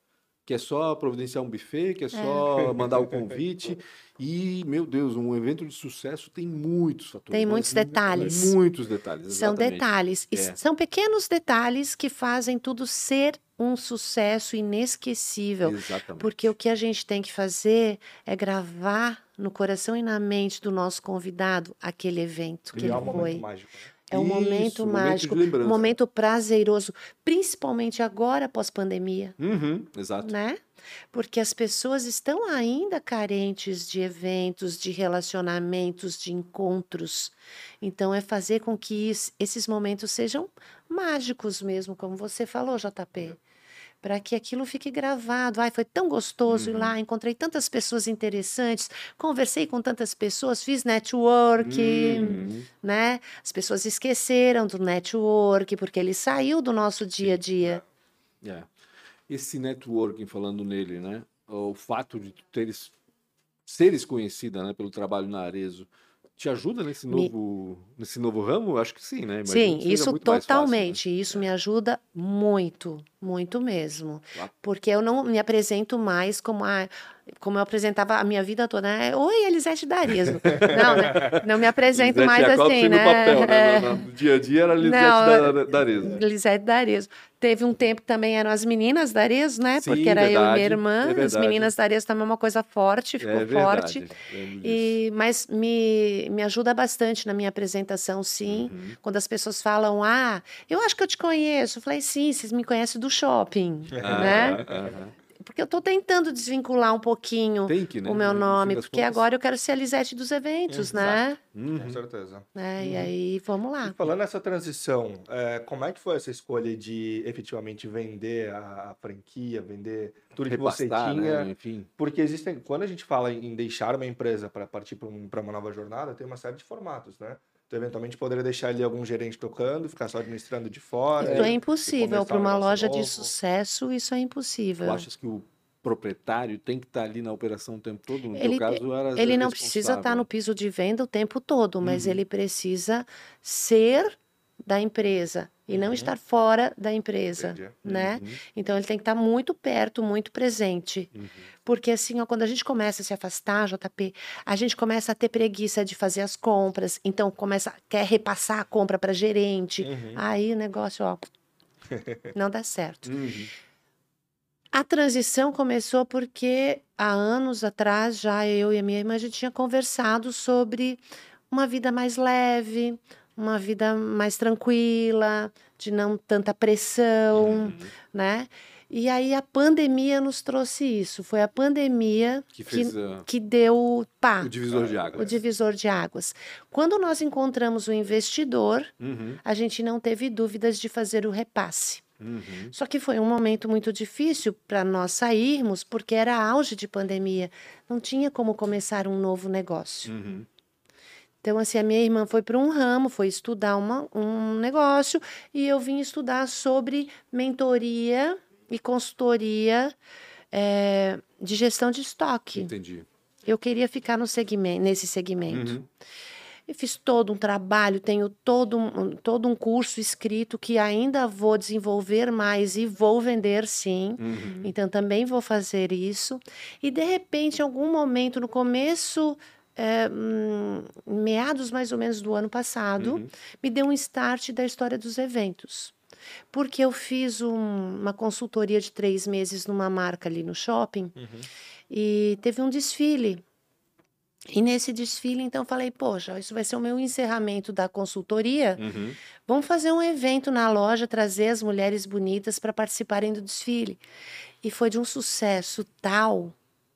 que é só providenciar um buffet, que é só mandar o convite. E, meu Deus, um evento de sucesso tem muitos fatores. Tem mas muitos mu- detalhes. Muitos detalhes, São exatamente. detalhes. E É. são pequenos detalhes que fazem tudo ser um sucesso inesquecível. Exatamente. Porque o que a gente tem que fazer é gravar no coração e na mente do nosso convidado aquele evento que Criar ele um foi. momento mágico, né? É um Isso, momento momento de mágico, lembrança. um momento prazeroso, principalmente agora pós-pandemia, Uhum, exato. né? Porque as pessoas estão ainda carentes de eventos, de relacionamentos, de encontros. Então, é fazer com que is- esses momentos sejam mágicos mesmo, como você falou, J P. Para que aquilo fique gravado. Ai, foi tão gostoso ir Uhum. lá, encontrei tantas pessoas interessantes, conversei com tantas pessoas, fiz network, Uhum. né? As pessoas esqueceram do network, porque ele saiu do nosso dia a dia. É. Esse networking, falando nele, né? O fato de tu teres, seres conhecida, né, pelo trabalho na Arezzo, te ajuda nesse Me- novo, nesse novo ramo? Eu acho que sim, né? Imagino Sim, que seja isso muito mais fácil, né? totalmente. Isso me ajuda muito, muito mesmo. Claro. Porque eu não me apresento mais como a, como eu apresentava a minha vida toda, né? Oi, Elisete D'Arezzo. Não, né? Não me apresento Lisete mais Jacobs assim, no né? papel, né? É. No, no dia a dia era Lisete Não, da, da Arezzo. Lisete D'Arezzo. Teve um tempo que também eram as meninas da Arezzo, né? Sim, Porque era eu e minha verdade, irmã. é As verdade. meninas da Arezzo também é uma coisa forte, ficou É forte. verdade, lembro disso. E, mas me, me ajuda bastante na minha apresentação, sim. Uhum. Quando as pessoas falam, ah, eu acho que eu te conheço. Eu falei, sim, vocês me conhecem do shopping, né? Aham, aham. Porque eu tô tentando desvincular um pouquinho Tem que, né? o meu No fim nome, das porque contas. agora eu quero ser a Lisete dos eventos, né? Uhum. Com certeza. É, E aí, vamos E lá. falando nessa transição, é, como é que foi essa escolha de efetivamente vender a, a franquia, vender tudo que você Repassar, tinha? né? Enfim. Porque existem, quando a gente fala em deixar uma empresa para partir para um, para uma nova jornada, tem uma série de formatos, né? Tu eventualmente poderia deixar ali algum gerente tocando, ficar só administrando de fora. Isso é e- e impossível. começar Para um uma negócio loja de novo. sucesso, isso é Tu impossível. achas que o proprietário tem que estar ali na operação o tempo todo? No teu Ele, caso, era ele não precisa estar no responsável. piso de venda o tempo todo, mas Uhum. ele precisa ser da empresa e não Uhum. estar fora da empresa, Entendi. né? Uhum. Então ele tem que estar muito perto, muito presente. Uhum. Porque assim, ó, quando a gente começa a se afastar, J P, a gente começa a ter preguiça de fazer as compras, então começa, quer repassar a compra para gerente. Uhum. Aí o negócio, ó, não dá certo. Uhum. A transição começou porque há anos atrás já eu e a minha irmã a gente tinha conversado sobre uma vida mais leve, uma vida mais tranquila, de não tanta pressão, Uhum. né? E aí a pandemia nos trouxe isso. Foi a pandemia Que que, fez uh, que deu pá, o divisor de o águas. divisor de águas. Quando nós encontramos o investidor, Uhum. a gente não teve dúvidas de fazer o repasse. Uhum. Só que foi um momento muito difícil para nós sairmos, porque era auge de pandemia. Não tinha como começar um novo negócio. Uhum. Então, assim, a minha irmã foi para um ramo, foi estudar uma, um negócio, e eu vim estudar sobre mentoria e consultoria eh, de gestão de estoque. Entendi. Eu queria ficar no segmento, nesse segmento. Uhum. Eu fiz todo um trabalho, tenho todo um, todo um curso escrito que ainda vou desenvolver mais e vou vender sim. Uhum. Então também vou fazer isso. E de repente, em algum momento, no começo, é, hum, meados mais ou menos do ano passado, Uhum. me deu um start da história dos eventos. Porque eu fiz um- uma consultoria de três meses numa marca ali no shopping Uhum. e teve um desfile. E nesse desfile, então, eu falei, poxa, isso vai ser o meu encerramento da consultoria. Uhum. Vamos fazer um evento na loja, trazer as mulheres bonitas para participarem do desfile. E foi de um sucesso tal,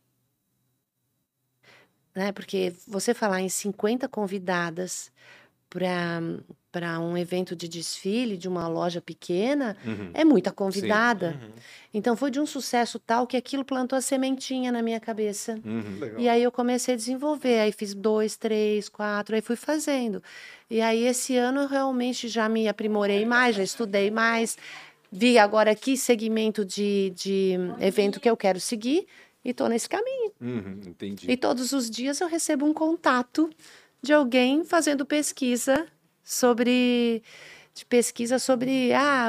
né? Porque você falar em cinquenta convidadas para para um evento de desfile de uma loja pequena, Uhum. é muita convidada. Uhum. Então foi de um sucesso tal que aquilo plantou a sementinha na minha cabeça. Uhum. Legal. E aí eu comecei a desenvolver, aí fiz dois, três, quatro, aí fui fazendo. E aí esse ano eu realmente já me aprimorei mais, já estudei mais, vi agora que segmento de, de evento que eu quero seguir e estou nesse caminho. Uhum. Entendi. E todos os dias eu recebo um contato de alguém fazendo pesquisa sobre, de pesquisa sobre, ah,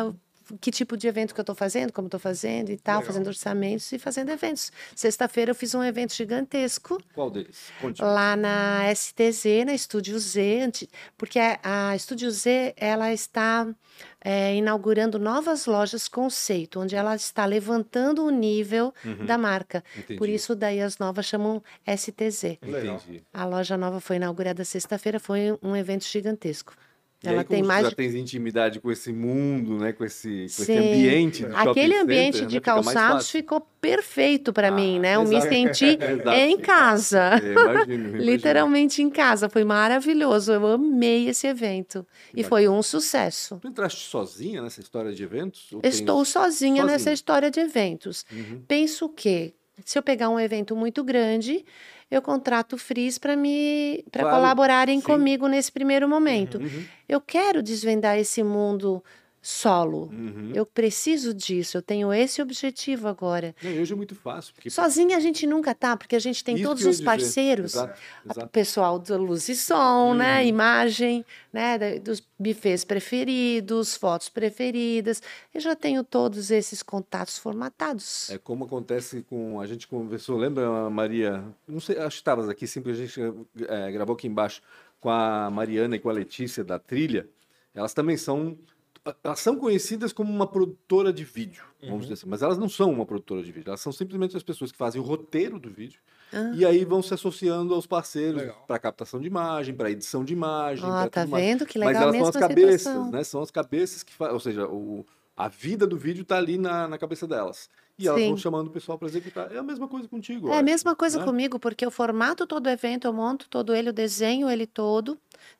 que tipo de evento que eu estou fazendo, como estou fazendo e tal, Legal. fazendo orçamentos e fazendo eventos. Sexta-feira eu fiz um evento gigantesco Qual deles? Conte. lá na S T Z, na Estúdio Z, anti- porque a, a Estúdio Z ela está é, inaugurando novas lojas conceito, onde ela está levantando o nível da marca. Entendi. Por isso daí as novas chamam S T Z. Legal. Entendi. A loja nova foi inaugurada sexta-feira, foi um evento gigantesco. E Ela aí, como tem você mais já de... tens intimidade com esse mundo, né? Com esse, com esse Sim. ambiente de shopping Aquele center, ambiente né, de fica mais calçados fácil. ficou perfeito para mim, né? Eu me exato. senti Exato. em casa. É, imagino, imagino. Literalmente em casa. Foi maravilhoso. Eu amei esse evento. E Bacana. foi um sucesso. Tu entraste sozinha nessa história de eventos? Ou tens- Estou sozinha, Sozinha. nessa história de eventos. Uhum. Penso que, se eu pegar um evento muito grande, eu contrato frees para me para Claro, colaborarem sim. comigo nesse primeiro momento. Uhum. Eu quero desvendar esse mundo solo. Uhum. Eu preciso disso. Eu tenho esse objetivo agora. Não, e hoje é muito fácil. Porque Sozinha a gente nunca tá, porque a gente tem Isso todos que eu ia os dizer. parceiros. Exato, O exato. pessoal do luz e som, Uhum. né? Imagem, né? da- Dos bufês preferidos, fotos preferidas. Eu já tenho todos esses contatos formatados. É como acontece com. A gente conversou, lembra, Maria? Não sei, acho que estavas aqui, sempre a gente é, gravou aqui embaixo com a Mariana e com a Letícia da Trilha. Elas também são. Elas são conhecidas como uma produtora de vídeo, vamos dizer assim, mas elas não são uma produtora de vídeo, elas são simplesmente as pessoas que fazem o roteiro do vídeo Ah. e aí vão se associando aos parceiros Legal. para captação de imagem, para edição de imagem, Ó, para tá tudo mais. vendo? Que Mas legal elas são mesmo as a cabeças, situação. né? São as cabeças que fazem, ou seja, o, a vida do vídeo está ali na, na cabeça delas. E elas Sim. vão chamando o pessoal para executar. É a mesma coisa contigo, eu É a acho, mesma coisa né? comigo, porque eu formato todo o evento, eu monto todo ele, eu desenho ele todo,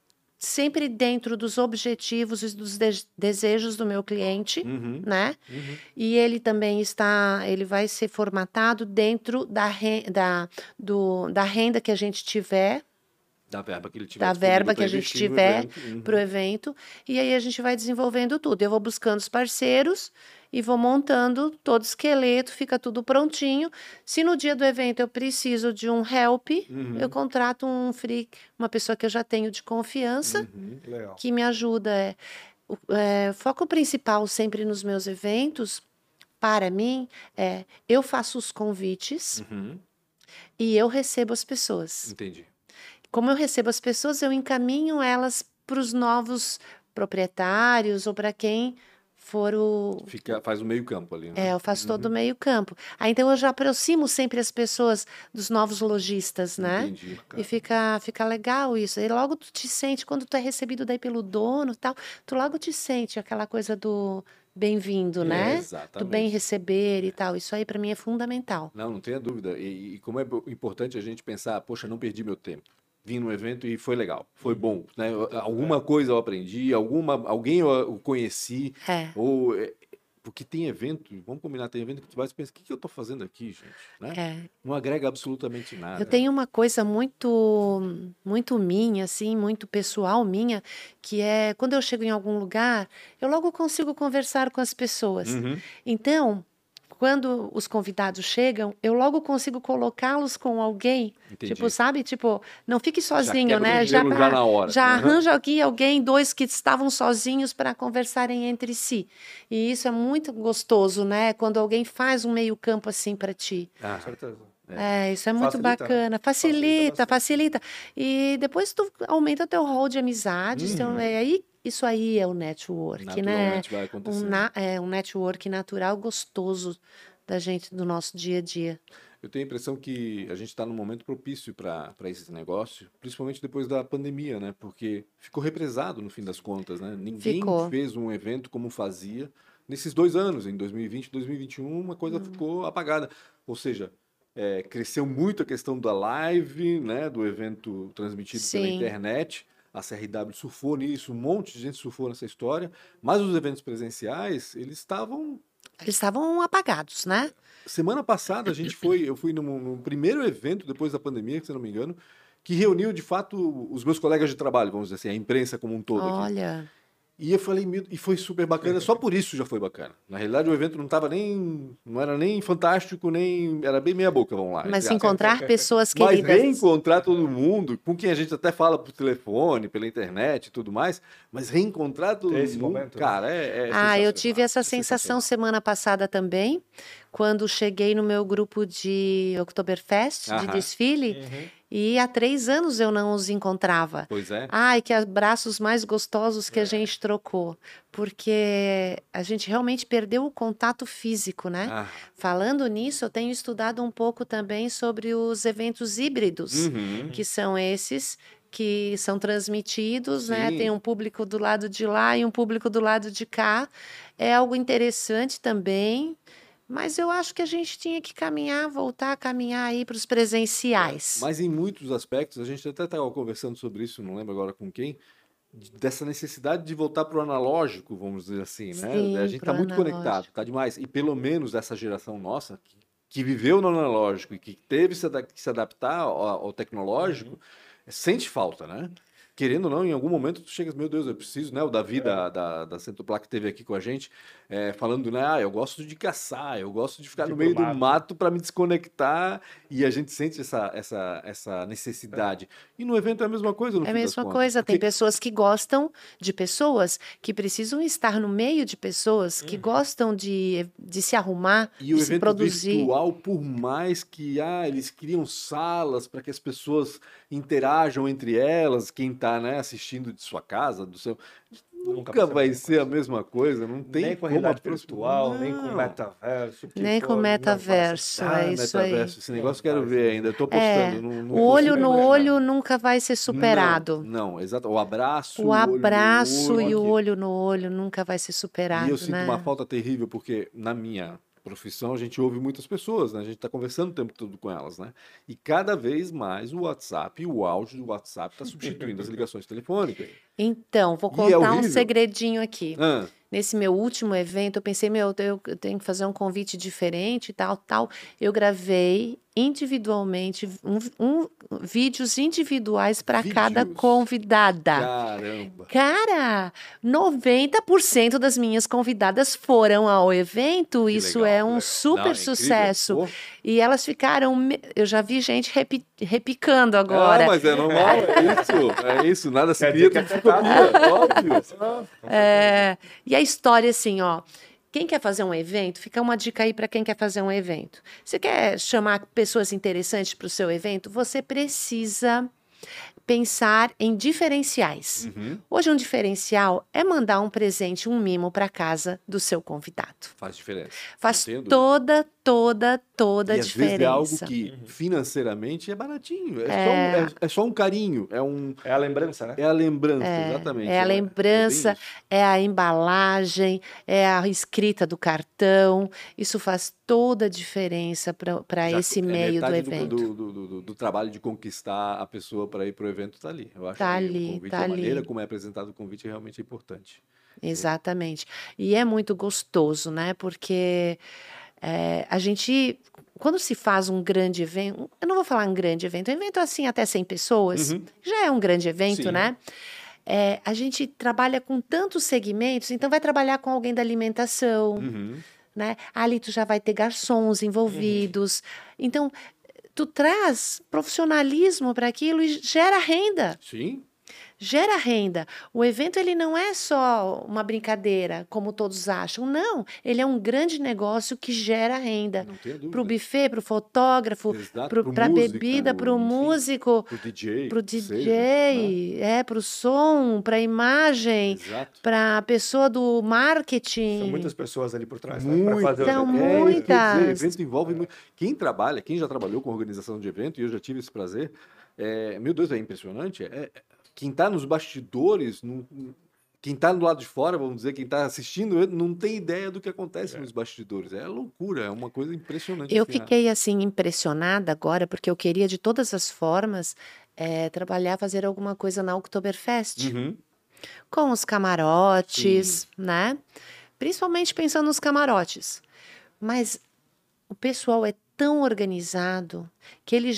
sempre dentro dos objetivos e dos de- desejos do meu cliente, Uhum, né? uhum. E ele também está, ele vai ser formatado dentro da, re- da, do, da renda que a gente tiver, Da verba que ele tiver da disponível verba que pra a gente investir no tiver evento. Uhum. para o evento, e aí a gente vai desenvolvendo tudo. Eu vou buscando os parceiros e vou montando todo o esqueleto, fica tudo prontinho. Se no dia do evento eu preciso de um help, Uhum. eu contrato um free, uma pessoa que eu já tenho de confiança, Uhum. Legal. que me ajuda. É, o é, foco principal sempre nos meus eventos, para mim, é eu faço os convites Uhum. e eu recebo as pessoas. Entendi. Como eu recebo as pessoas, eu encaminho elas para os novos proprietários ou para quem for o. Fica, faz o meio campo ali, né? É, eu faço todo o meio campo. Aí, então, eu já aproximo sempre as pessoas dos novos lojistas, né? Entendi. E fica, fica legal isso. E logo tu te sente, quando tu é recebido daí pelo dono e tal, tu logo te sente aquela coisa do bem-vindo, É, né? Do exatamente. bem receber e tal. Isso aí para mim é fundamental. Não, não tenha dúvida. E, e como é bo- importante a gente pensar, poxa, não perdi meu tempo. Vim no evento e foi legal, foi bom, né? Eu- Alguma coisa eu aprendi, alguma, alguém eu, eu conheci, É. ou é, porque tem evento, vamos combinar, tem evento que tu vai e pensa, o que, que eu tô fazendo aqui, gente? Né? É. Não agrega absolutamente nada. Eu tenho uma coisa muito, muito minha, assim, muito pessoal minha, que é quando eu chego em algum lugar, eu logo consigo conversar com as pessoas. Uhum. Então, quando os convidados chegam, eu logo consigo colocá-los com alguém. Entendi. Tipo, sabe? Tipo, não fique sozinho, quebra o né? gelo já na hora. já Uhum. arranja aqui alguém, dois que estavam sozinhos para conversarem entre si. E isso é muito gostoso, né? Quando alguém faz um meio-campo assim para ti. Ah, Com certeza. É, isso é muito Facilita, né? bacana. Facilita Facilita, bastante. facilita. E depois tu aumenta teu rol de amizades. Uhum. Então, é aí, isso aí é o network, né? naturalmente vai Um, acontecer. na, é um network natural gostoso da gente, do nosso dia a dia. Eu tenho a impressão que a gente está num momento propício para esse negócio, principalmente depois da pandemia, né? Porque ficou represado no fim das contas, né? Ninguém Ficou. fez um evento como fazia nesses dois anos, em dois mil e vinte e dois mil e vinte e um, uma coisa ficou apagada. Ou seja, é, cresceu muito a questão da live, né? Do evento transmitido pela Sim. internet. A C R W surfou nisso, um monte de gente surfou nessa história. Mas os eventos presenciais, eles estavam Eles estavam apagados, né? semana passada a gente foi, eu fui num, num primeiro evento depois da pandemia, se eu não me engano, que reuniu de fato os meus colegas de trabalho, vamos dizer assim, a imprensa como um todo aqui. Olha, E eu falei, meu, e foi super bacana, só por isso já foi bacana. Na realidade, o evento não tava nem, não era nem fantástico, nem, era bem meia boca, vamos lá. Mas entre aspas. encontrar pessoas Mas queridas. reencontrar todo mundo, com quem a gente até fala por telefone, pela internet e tudo mais, mas reencontrar todo Esse mundo, momento, né? cara, é, é Ah, eu sensacional, tive essa é sensação sensacional. semana passada também, quando cheguei no meu grupo de Oktoberfest, de Aham. desfile, Uhum. e há três anos eu não os encontrava. Pois é. Ai, que abraços mais gostosos que a gente trocou, porque a gente realmente perdeu o contato físico, né? Ah, Falando nisso, eu tenho estudado um pouco também sobre os eventos híbridos, uhum. que são esses que são transmitidos, né? Sim. Tem um público do lado de lá e um público do lado de cá. É algo interessante também, mas eu acho que a gente tinha que caminhar, voltar a caminhar aí para os presenciais. Mas em muitos aspectos, a gente até estava conversando sobre isso, não lembro agora com quem, de- dessa necessidade de voltar para o analógico, vamos dizer assim, né? Sim, A gente pro está muito conectado, analógico. tá demais. E pelo menos essa geração nossa, que, que viveu no analógico e que teve se ada- que se adaptar ao, ao tecnológico, sente falta, né? Querendo ou não, em algum momento tu chegas, meu Deus, eu preciso, né? O Davi da, da, da Centropla que esteve aqui com a gente, é, falando, né? Ah, eu gosto de caçar, eu gosto de ficar De ir no pro meio do mato. mato para me desconectar, e a gente sente essa, essa, essa necessidade. E no evento é a mesma coisa, no É a fim das mesma contas. coisa, tem Porque- pessoas que gostam de pessoas, que precisam estar no meio de pessoas, que gostam de, de se arrumar, E o de se evento produzir. virtual, por mais que ah, eles criam salas para que as pessoas interajam entre elas, quem está, né, assistindo de sua casa, do seu. Nunca, vai ser a vai mesma ser a mesma coisa, não tem Nem com a como realidade aproximar. virtual, nem com Não. metaverso. o que Nem for, com não vai ser. metaverso, Ah, é isso aí. metaverso, esse negócio eu Não quero vai ver ser. ainda. Eu tô É, postando. Não, não o olho consigo no imaginar. olho nunca vai ser superado. Não, não, exato. O abraço, O o olho no abraço e o olho. olho no olho nunca vai ser E eu superado, sinto né? uma falta terrível, porque na minha profissão a gente ouve muitas pessoas, né? A gente está conversando o tempo todo com elas, né? E cada vez mais o WhatsApp, o áudio do WhatsApp está substituindo as ligações telefônicas. Então, vou E é contar um horrível. segredinho aqui. Ah, Nesse meu último evento, eu pensei, meu, eu eu tenho que fazer um convite diferente e tal, tal. Eu gravei individualmente, um, um- vídeos individuais para cada Vídeos? convidada. caramba. Cara, noventa por cento das minhas convidadas foram ao evento. Que Isso legal, é que um legal. super Não, é incrível. sucesso. Pô. E elas ficaram. me- Eu já vi gente repi- repicando Ah, agora. mas é normal, é isso. É isso, nada se Quer cria, dizer que tudo é se copia, óbvio. É, e a história, assim, ó. Quem quer fazer um evento, fica uma dica aí para quem quer fazer um evento. Você quer chamar pessoas interessantes para o seu evento? Você precisa pensar em diferenciais. Uhum. Hoje, um diferencial é mandar um presente, um mimo para casa do seu convidado. Faz diferença. Faz Não tenho dúvida. toda, toda, toda E a às vezes é algo diferença. que financeiramente é baratinho. É, É. Só, um, é, é só um carinho, é, um, É a lembrança, né? é a lembrança, exatamente. É a bem lembrança, isso. é a embalagem, é a escrita do cartão. Isso faz toda a diferença para Já esse é meio do metade evento. Do, do, do, do- do trabalho de conquistar a pessoa para ir para o evento está ali. Eu acho Tá que ali, o convite, tá a maneira ali. como é apresentado o convite é realmente importante. Exatamente. E é muito gostoso, né? Porque é, a gente, quando se faz um grande evento, eu não vou falar um grande evento, um evento assim até cem pessoas, Uhum. já é um grande evento, Sim. né? É, a gente trabalha com tantos segmentos, então vai trabalhar com alguém da alimentação, Uhum. né? Ali tu já vai ter garçons envolvidos. Então, tu traz profissionalismo para aquilo e gera renda. Sim, Gera renda. O evento ele não é só uma brincadeira, como todos acham. Não, ele é um grande negócio que gera renda. não tenho Para o dúvida. buffet, para o fotógrafo, Exato, pro para a músico, bebida, para o enfim, músico, Pro D J. para o que D J, seja, né? é, para o som, para a imagem, Exato. para a pessoa do marketing. São muitas pessoas ali por trás, né? Pra Muitas. fazer o São evento. É, isso que eu ia dizer, muitas. evento envolve muito. Quem trabalha, quem já trabalhou com organização de evento, e eu já tive esse prazer, é, meu Deus, é impressionante. É, é- quem está nos bastidores, não- quem está do lado de fora, vamos dizer, quem está assistindo, não tem ideia do que acontece nos bastidores. É loucura, é uma coisa impressionante. Eu assim, fiquei assim impressionada agora, porque eu queria de todas as formas eh, trabalhar, fazer alguma coisa na Oktoberfest, Uhum. com os camarotes, né? Principalmente pensando nos camarotes. Mas o pessoal é tão organizado que eles já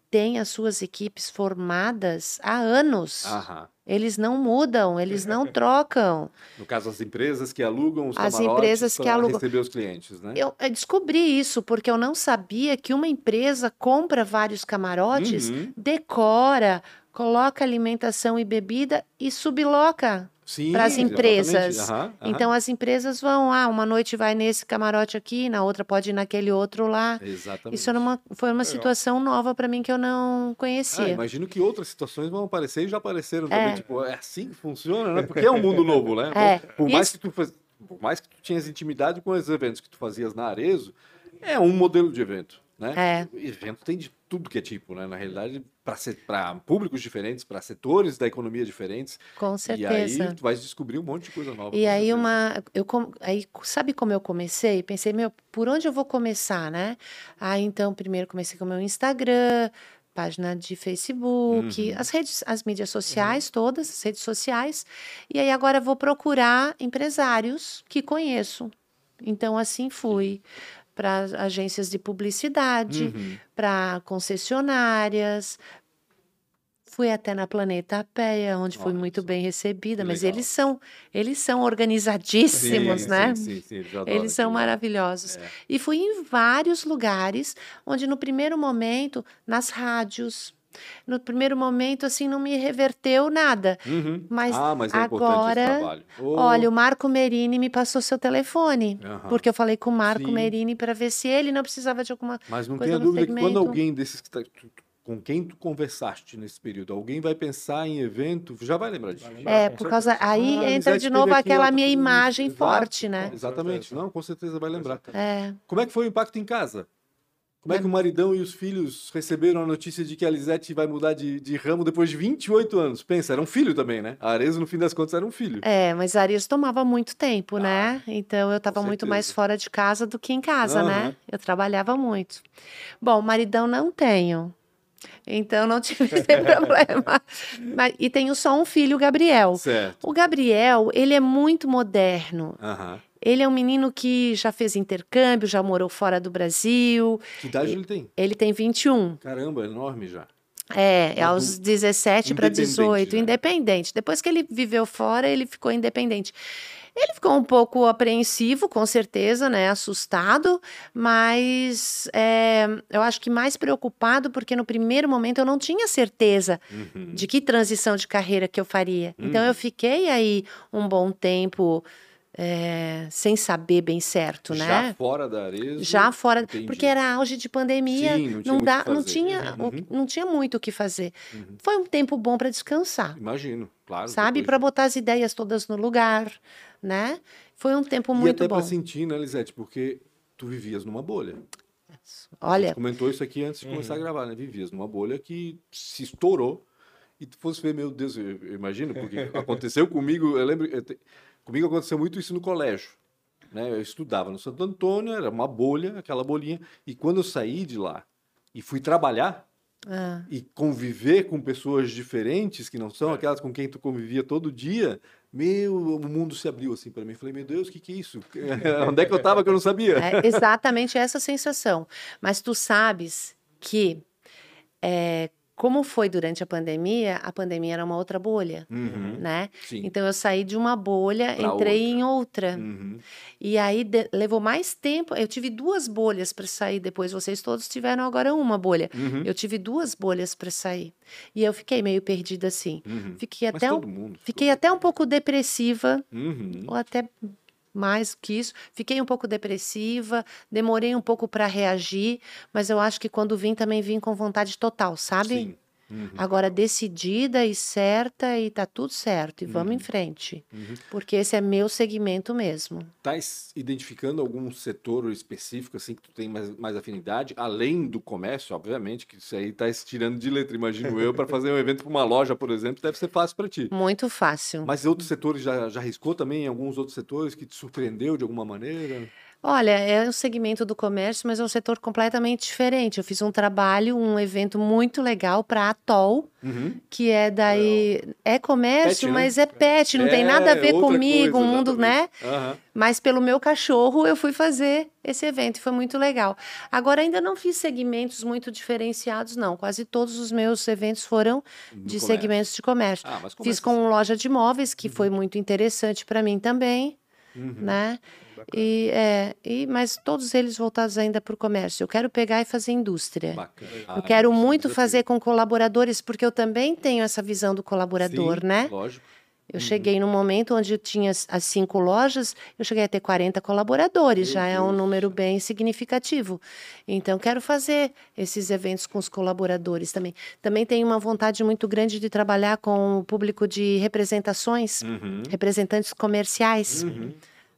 têm as suas equipes formadas há anos. Aham. Eles não mudam, eles não trocam. No caso, as empresas que alugam os As camarotes empresas que para alugam- receber os clientes, né? Eu, eu descobri isso porque eu não sabia que uma empresa compra vários camarotes, Uhum. decora, coloca alimentação e bebida e subloca Sim, para as empresas. exatamente. Aham, aham. Então as empresas vão, ah, uma noite vai nesse camarote aqui, na outra pode ir naquele outro lá. Exatamente. Isso era uma, foi uma Legal. situação nova para mim que eu não Ah, conhecia. imagino que outras situações vão aparecer e já apareceram É. também. Tipo, é assim que funciona, né? Porque é um mundo novo, né? É. Por, mais Isso- que tu faz... Por mais que tu tinhas intimidade com os eventos que tu fazias na Arezzo, é um modelo de evento, né? É. Evento tem de tudo que é tipo, né? Na realidade, para públicos diferentes, para setores da economia diferentes. Com E certeza. aí tu vais descobrir um monte de coisa nova. E com aí certeza. uma, eu com- aí sabe como eu comecei? Pensei, meu, por onde eu vou começar, né? Aí então primeiro comecei com o meu Instagram, página de Facebook, Uhum. as redes, as mídias sociais todas, as redes sociais. E aí agora eu vou procurar empresários que conheço. Então assim fui para agências de publicidade, Uhum. para concessionárias. Fui até na Planeta Péia, onde fui Olha muito só, bem recebida, que mas legal. eles são, eles são organizadíssimos, Sim, né? Sim, sim, sim, eles adoram Eles são aquilo lá. maravilhosos. É. E fui em vários lugares, onde no primeiro momento, nas rádios, no primeiro momento, assim, não me reverteu nada. Uhum. Mas ah, mas é importante esse agora, trabalho. Oh, olha, o Marco Merini me passou seu telefone, aham. porque eu falei com o Marco Sim. Merini para ver se ele não precisava de alguma Mas não coisa tenha no dúvida que quando segmento. alguém desses que tá, tu- tu- com quem tu conversaste nesse período, alguém vai pensar em evento, já vai lembrar disso. Vai lembrar, É, com por causa. certeza. Aí Ah, a entra Lisete de esteve novo aqui, aquela ela tá minha fazendo isso. imagem Exato. forte, né? Com Exatamente. certeza. Não, com certeza vai lembrar. É. Como é que foi o impacto em casa? Como é que o maridão e os filhos receberam a notícia de que a Lisete vai mudar de, de ramo depois de vinte e oito anos? Pensa, era um filho também, né? A Arezzo, no fim das contas, era um filho. É, mas Arias tomava muito tempo, Ah, né? Então eu estava com muito mais certeza. fora de casa do que em casa, Aham. né? Eu trabalhava muito. Bom, maridão não tenho. Então não tive esse problema. Mas, e tenho só um filho, o Gabriel. Certo. O Gabriel, ele é muito moderno. Aham. Ele é um menino que já fez intercâmbio, já morou fora do Brasil. Que idade ele tem? Ele tem vinte e um. Caramba, enorme já. É, é Um aos adulto. dezessete para Independente, dezoito, né? independente. Depois que ele viveu fora, ele ficou independente. Ele ficou um pouco apreensivo, com certeza, né? Assustado, mas é, eu acho que mais preocupado, porque no primeiro momento eu não tinha certeza Uhum. de que transição de carreira que eu faria. Então Uhum. eu fiquei aí um bom tempo é, sem saber bem certo, Já né? fora da Arezzo. Já fora, Entendi. porque era auge de pandemia, Sim, não tinha não, muito dá, o que não fazer. tinha, o- Uhum. não tinha muito o que fazer. Uhum. Foi um tempo bom para descansar, Imagino, claro. sabe? depois- Para botar as ideias todas no lugar, né? Foi um tempo E muito até bom. para sentir, né, Lisete? Porque tu vivias numa bolha. A Olha, gente comentou isso aqui antes de começar a gravar, né? Vivias numa bolha que se estourou e tu fosse ver, meu Deus, eu, eu imagino, porque aconteceu comigo, eu lembro, eu te- comigo aconteceu muito isso no colégio, né? Eu estudava no Santo Antônio, era uma bolha, aquela bolinha, e quando eu saí de lá e fui trabalhar ah, e conviver com pessoas diferentes, que não são aquelas com quem tu convivia todo dia, meu, o mundo se abriu assim para mim. Falei, meu Deus, o que que é isso? Onde é que eu tava que eu não sabia? é exatamente essa sensação. Mas tu sabes que, é, como foi durante a pandemia, a pandemia era uma outra bolha, Uhum, né? sim. Então eu saí de uma bolha, Pra entrei outra. em outra. Uhum. E aí de- levou mais tempo. Eu tive duas bolhas para sair depois. Vocês todos tiveram agora uma bolha. Uhum. Eu tive duas bolhas para sair. E eu fiquei meio perdida assim. Uhum. Fiquei Mas até um, todo mundo. fiquei até um pouco depressiva, Uhum. ou até mais que isso. Fiquei um pouco depressiva, demorei um pouco para reagir, mas eu acho que quando vim também vim com vontade total, sabe? Sim. Uhum. Agora decidida e certa e tá tudo certo. E vamos em frente. Uhum. Porque esse é meu segmento mesmo. Estás identificando algum setor específico assim que tu tem mais, mais afinidade, além do comércio, obviamente, que isso aí tá tirando de letra, imagino eu, para fazer um evento para uma loja, por exemplo, deve ser fácil para ti. Muito fácil. Mas outros setores já, já arriscou também, em alguns outros setores que te surpreendeu de alguma maneira? Olha, é um segmento do comércio, mas é um setor completamente diferente. Eu fiz um trabalho, um evento muito legal para a Atol, Uhum. que é daí... É comércio, Pet, né? mas é pet, não tem É, nada a ver outra comigo, coisa, um mundo, né? exatamente. Aham. Mas pelo meu cachorro eu fui fazer esse evento e foi muito legal. Agora ainda não fiz segmentos muito diferenciados, não. Quase todos os meus eventos foram No de comércio. segmentos de comércio. Ah, mas Fiz comércio, com loja de imóveis, que foi muito interessante para mim também, Uhum. né? E, é, e, mas todos eles voltados ainda para o comércio. Eu quero pegar e fazer indústria. Bacana. Eu Ah, quero isso é um muito desafio. fazer com colaboradores, porque eu também tenho essa visão do colaborador, Sim, né? lógico. Eu cheguei num momento onde eu tinha as as cinco lojas, eu cheguei a ter quarenta colaboradores, Meu já é um Deus. número bem significativo. Então, quero fazer esses eventos com os colaboradores também. Também tenho uma vontade muito grande de trabalhar com o público de representações, Uhum. representantes comerciais. Uhum.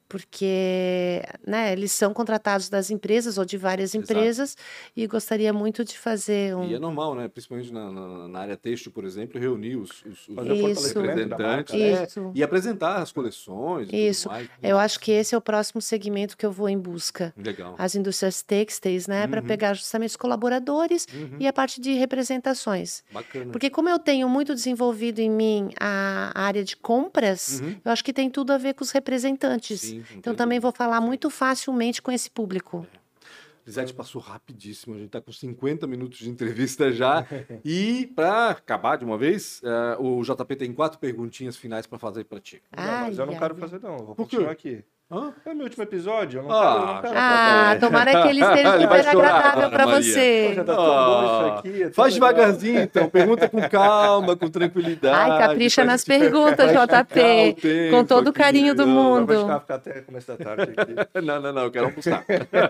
Porque, né, eles são contratados das empresas ou de várias Exato. empresas e gostaria muito de fazer um... E é normal, né? Principalmente na, na, na área têxtil, por exemplo, reunir os, os, os Fazer o Isso. fortalecimento da marca, representantes, né? né? Isso. E apresentar as coleções e Isso. tudo mais. Eu acho que esse é o próximo segmento que eu vou em busca. Legal. As indústrias têxteis, né, para Uhum. pegar justamente os colaboradores Uhum. e a parte de representações. Bacana. Porque como eu tenho muito desenvolvido em mim a a área de compras, Uhum. eu acho que tem tudo a ver com os representantes. Sim, não Então tem também dúvida. vou falar muito facilmente com esse público. Lisete, passou rapidíssimo. A gente está com cinquenta minutos de entrevista já. E para acabar de uma vez, eh, o J P tem quatro perguntinhas finais para fazer para ti. Não, mas eu não Ai, quero ai, fazer, não. Eu vou Por quê? continuar aqui. Hã? É meu último episódio, eu não Ah, quero, eu não quero Ah, atrapalhar. tomara que ele esteja Ele vai super chorar agradável agora, para Maria. você. Pô, já tá tão bom isso Ah, aqui. é tão faz legal. devagarzinho, então. Pergunta com calma, com tranquilidade. Ai, capricha faz- nas perguntas, faz ficar J o P. tempo Com todo o aqui. carinho do Não, Não, mundo. vai ficar, ficar até começo da tarde aqui. Não, não, não, eu quero almoçar.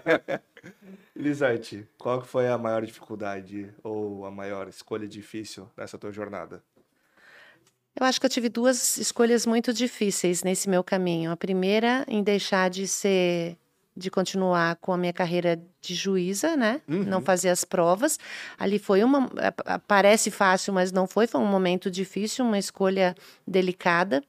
Lisete, qual que foi a maior dificuldade ou a maior escolha difícil nessa tua jornada? Eu acho que eu tive duas escolhas muito difíceis nesse meu caminho. A primeira, em deixar de ser, de continuar com a minha carreira de juíza, né? Uhum. Não fazer as provas. Ali foi uma, a- a- parece fácil, mas não foi. Foi um momento difícil, uma escolha delicada.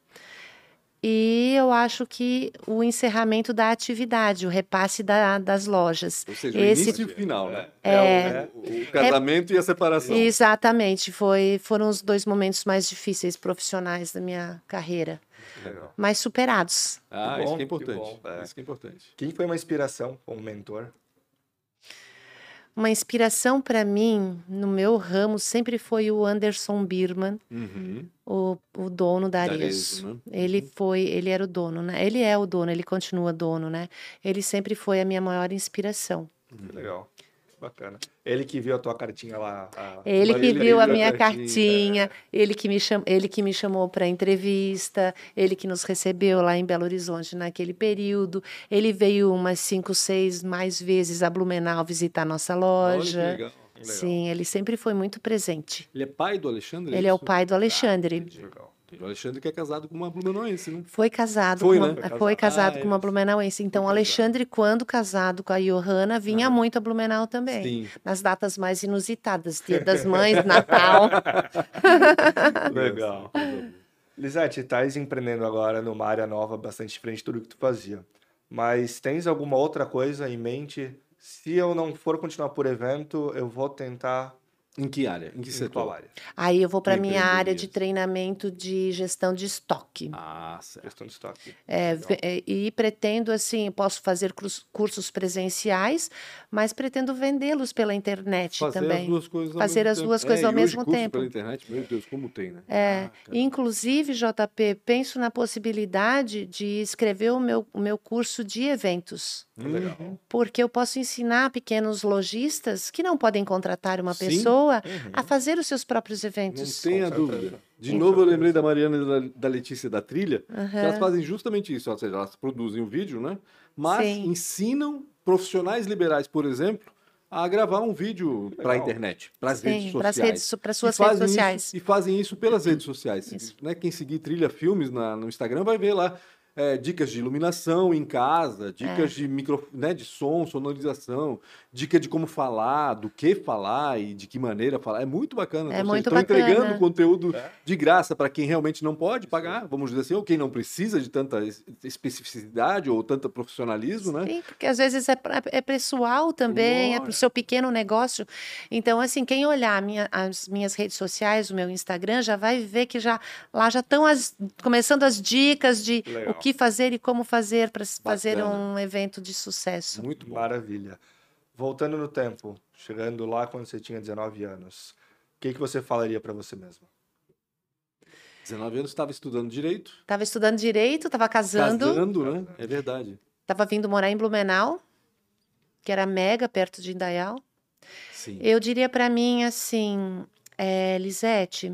E eu acho que o encerramento da atividade, o repasse da- das lojas. Ou seja, Esse- o início e o final, né? É. o, o casamento e a separação. Exatamente, foi, foram os dois momentos mais difíceis profissionais da minha carreira, Legal. mas superados. Ah, Que isso bom, que é que importante. bom, é. Isso que é importante. Quem foi uma inspiração como mentor? Uma inspiração para mim, no meu ramo, sempre foi o Anderson Birman, Uhum. o, o dono da Da Arezzo. Arezzo, né? Ele foi, ele era o dono, né? Ele é o dono, ele continua dono, né? Ele sempre foi a minha maior inspiração. Que legal. Bacana. Ele que viu a tua cartinha lá. a- Ele que Ele viu a viu a minha cartinha, cartinha, ele que me cham... ele que me chamou para entrevista, ele que nos recebeu lá em Belo Horizonte naquele período. Ele veio umas cinco, seis mais vezes a Blumenau visitar nossa Olha que loja. legal. Legal. Sim, ele sempre foi muito presente. Ele é pai do Alexandre? Ele é o isso? pai do Alexandre. entendi. Legal. O Alexandre que é casado com uma blumenauense, não? Foi casado Foi, com uma, né? Foi foi casado. casado Ah, com uma é. blumenauense. Então, o Foi Alexandre, quando casado com a Johanna, vinha muito a Blumenau também. Sim. Nas datas mais inusitadas, Dia das Mães, Natal. Legal. Lisete, estás empreendendo agora numa área nova, bastante diferente de tudo que tu fazia. Mas tens alguma outra coisa em mente? Se eu não for continuar por evento, eu vou tentar Em que área? Em que em setor? qual área? Aí eu vou para minha área de Empreendedorismo. treinamento de gestão de estoque. Ah, certo. Gestão de estoque. É, Legal. ve- é, e pretendo, assim, eu posso fazer crus- cursos presenciais, mas pretendo vendê-los pela internet Fazer também. as duas coisas ao Fazer mesmo as tempo. duas coisas É, ao e hoje mesmo curso tempo. pela internet, meu Deus, como tem, né? É, Ah, cara. inclusive, J P, penso na possibilidade de escrever o meu, o meu curso de eventos, Legal. porque eu posso ensinar pequenos lojistas que não podem contratar uma Sim. pessoa a fazer os seus próprios Não eventos. tenha Com certeza. dúvida. De Com novo, eu certeza. lembrei da Mariana e da, da Letícia da Trilha, que Aham. elas fazem justamente isso, ou seja, elas produzem o vídeo, né? Mas Sim. ensinam profissionais liberais, por exemplo, a gravar um vídeo para a Legal. internet, para as Sim, redes pras sociais. redes so- pras E suas redes fazem sociais. Isso, e fazem isso pelas redes sociais. Isso. Né? Quem seguir Trilha Filmes na- no Instagram vai ver lá. é, dicas de iluminação em casa, dicas é. de micro, né, de som, sonorização, dica de como falar, do que falar e de que maneira falar. É muito bacana. É então, muito estão bacana. entregando conteúdo é. de graça para quem realmente não pode pagar, vamos dizer assim, ou quem não precisa de tanta especificidade ou tanto profissionalismo, né? Sim, porque às vezes é, é pessoal também, Nossa. é para o seu pequeno negócio. Então, assim, quem olhar minha, as minhas redes sociais, o meu Instagram, já vai ver que já, lá já estão as, começando as dicas de Legal. o que fazer e como fazer para fazer um evento de sucesso. Muito bom. Maravilha. Voltando no tempo, chegando lá quando você tinha dezenove anos, o que, que você falaria para você mesma? dezenove anos, estava estudando Direito. Estava estudando Direito, estava casando. Casando, né? É verdade. Estava vindo morar em Blumenau, que era mega perto de Indaial. Sim. Eu diria para mim assim, é, Lisete,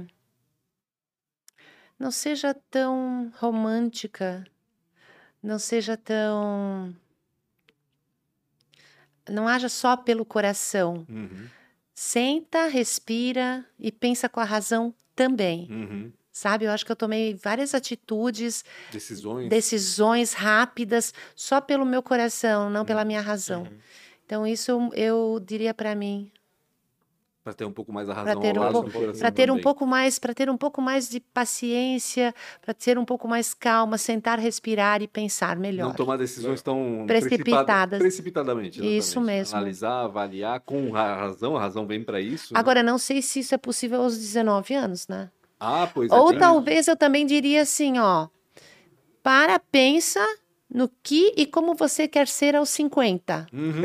não seja tão romântica, não seja tão... Não haja só pelo coração. Uhum. Senta, respira e pensa com a razão também. Uhum. Sabe, eu acho que eu tomei várias atitudes, decisões, decisões rápidas, só pelo meu coração, não uhum. pela minha razão. Uhum. Então, isso eu, eu diria para mim. Para ter um pouco mais a razão ter ao um lado pouco, do coração Para ter também. um pouco mais, para ter um pouco mais de paciência, para ter um pouco mais calma, sentar, respirar e pensar melhor. Não tomar decisões tão precipitadas. Precipitadamente. Exatamente. Isso mesmo. Analisar, avaliar com a razão, a razão vem para isso. Agora, né? não sei se isso é possível aos dezenove anos, né? Ah, pois Ou é. talvez isso. eu também diria assim, ó, para, pensa no que e como você quer ser aos cinquenta. Uhum.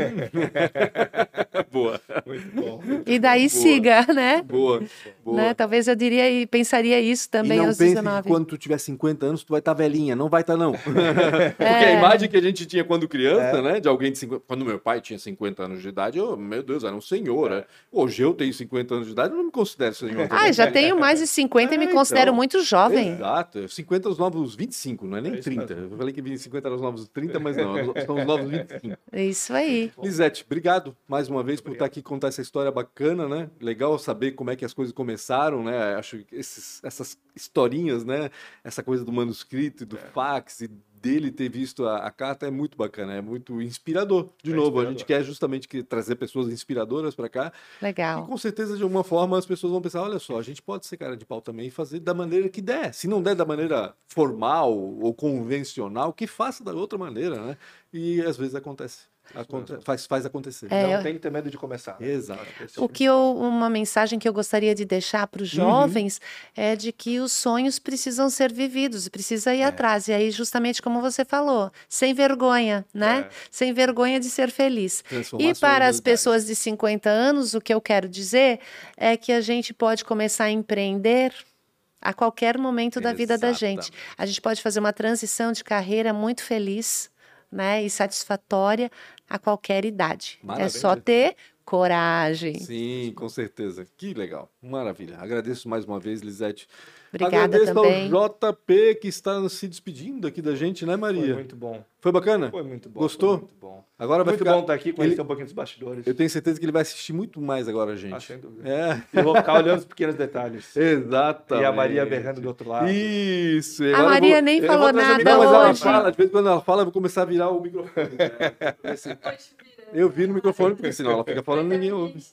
Boa. Muito bom. E daí Boa. siga, né? Boa. Boa. Né? Talvez eu diria e pensaria isso também e não aos pense dezenove. Que quando tu tiver cinquenta anos, tu vai estar tá velhinha. Não vai estar, tá, não. Porque é. a imagem que a gente tinha quando criança, é. né? De alguém de cinquenta... Quando meu pai tinha cinquenta anos de idade, eu, meu Deus, era um senhor. Né? Hoje eu tenho cinquenta anos de idade, eu não me considero senhor. Ah, já tenho mais de cinquenta é, e me considero então, muito jovem. Exato. cinquenta aos novos vinte e cinco, não é nem é trinta. Mesmo. Eu falei que cinquenta era os novos trinta, mas não, são os novos vinte e cinco. Isso aí. Lisete, obrigado mais uma vez por estar aqui e contar essa história bacana, né? Legal saber como é que as coisas começaram, né? Acho que esses, essas historinhas, né? Essa coisa do manuscrito e do é. fax e dele ter visto a, a carta é muito bacana, é muito inspirador. De é novo, inspirador. A gente quer justamente que, trazer pessoas inspiradoras para cá. Legal. E com certeza, de alguma forma, as pessoas vão pensar, olha só, a gente pode ser cara de pau também e fazer da maneira que der. Se não der da maneira formal ou convencional, que faça da outra maneira, né? E às vezes acontece. Aconte faz, faz acontecer. É, não tem que ter medo de começar. Né? Exato. O que eu, uma mensagem que eu gostaria de deixar para os jovens uhum. é de que os sonhos precisam ser vividos, precisa ir é. atrás. E aí, justamente como você falou, sem vergonha, né? É. Sem vergonha de ser feliz. E para as pessoas de cinquenta anos, o que eu quero dizer é que a gente pode começar a empreender a qualquer momento da vida da gente. A gente pode fazer uma transição de carreira muito feliz, né, e satisfatória a qualquer idade. Maravilha. É só ter coragem. Sim, com certeza. Que legal. Maravilha. Agradeço mais uma vez, Lisete. Obrigada Agradeço também. ao J P que está se despedindo aqui da gente, né, Maria? Foi muito bom. Foi bacana? Foi muito bom. Gostou? Foi muito bom. Agora vai muito ficar... bom estar aqui, conhecer ele... um pouquinho dos bastidores. Eu tenho certeza que ele vai assistir muito mais agora, gente. Ah, sem dúvida. É. Eu vou ficar olhando os pequenos detalhes. Exatamente. E a Maria berrando do outro lado. Isso. A Maria vou... nem falou nada Não, mas hoje. ela fala, de vez em quando ela fala, eu vou começar a virar o microfone. Né? Assim, eu viro no microfone, porque senão ela fica falando e ninguém ouve.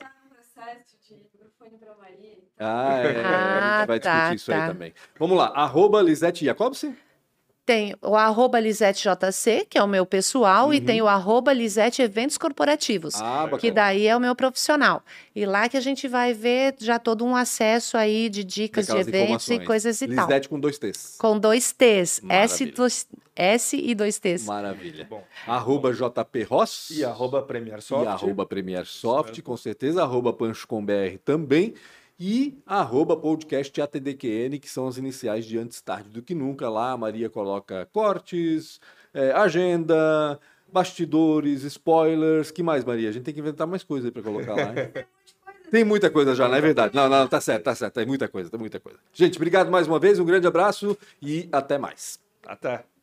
Ah, é. Ah, a gente vai tá, discutir isso tá. aí também. Vamos lá. Arroba Lisete Jacobsen? Tem o arroba Lisete J C, que é o meu pessoal, uhum. e tem o arroba Lisete Eventos Corporativos, ah, que daí é o meu profissional. E lá que a gente vai ver já todo um acesso aí de dicas de eventos e coisas e Lisete tal. Lisete com dois T's. Com dois T's. S, dois, S e dois T's. Maravilha. Bom, arroba J P Ross. E arroba Premier Soft. E arroba Premier Soft, com certeza. Arroba PanchoComBR também. E arroba podcast A T D Q N, que são as iniciais de Antes Tarde do Que Nunca. Lá a Maria coloca cortes, é, agenda, bastidores, spoilers. Que mais, Maria? A gente tem que inventar mais coisa aí pra colocar lá, hein? Tem muita coisa já, não é verdade? Não, não, tá certo, tá certo. Tem muita coisa, tem muita coisa. Gente, obrigado mais uma vez, um grande abraço e até mais. Até.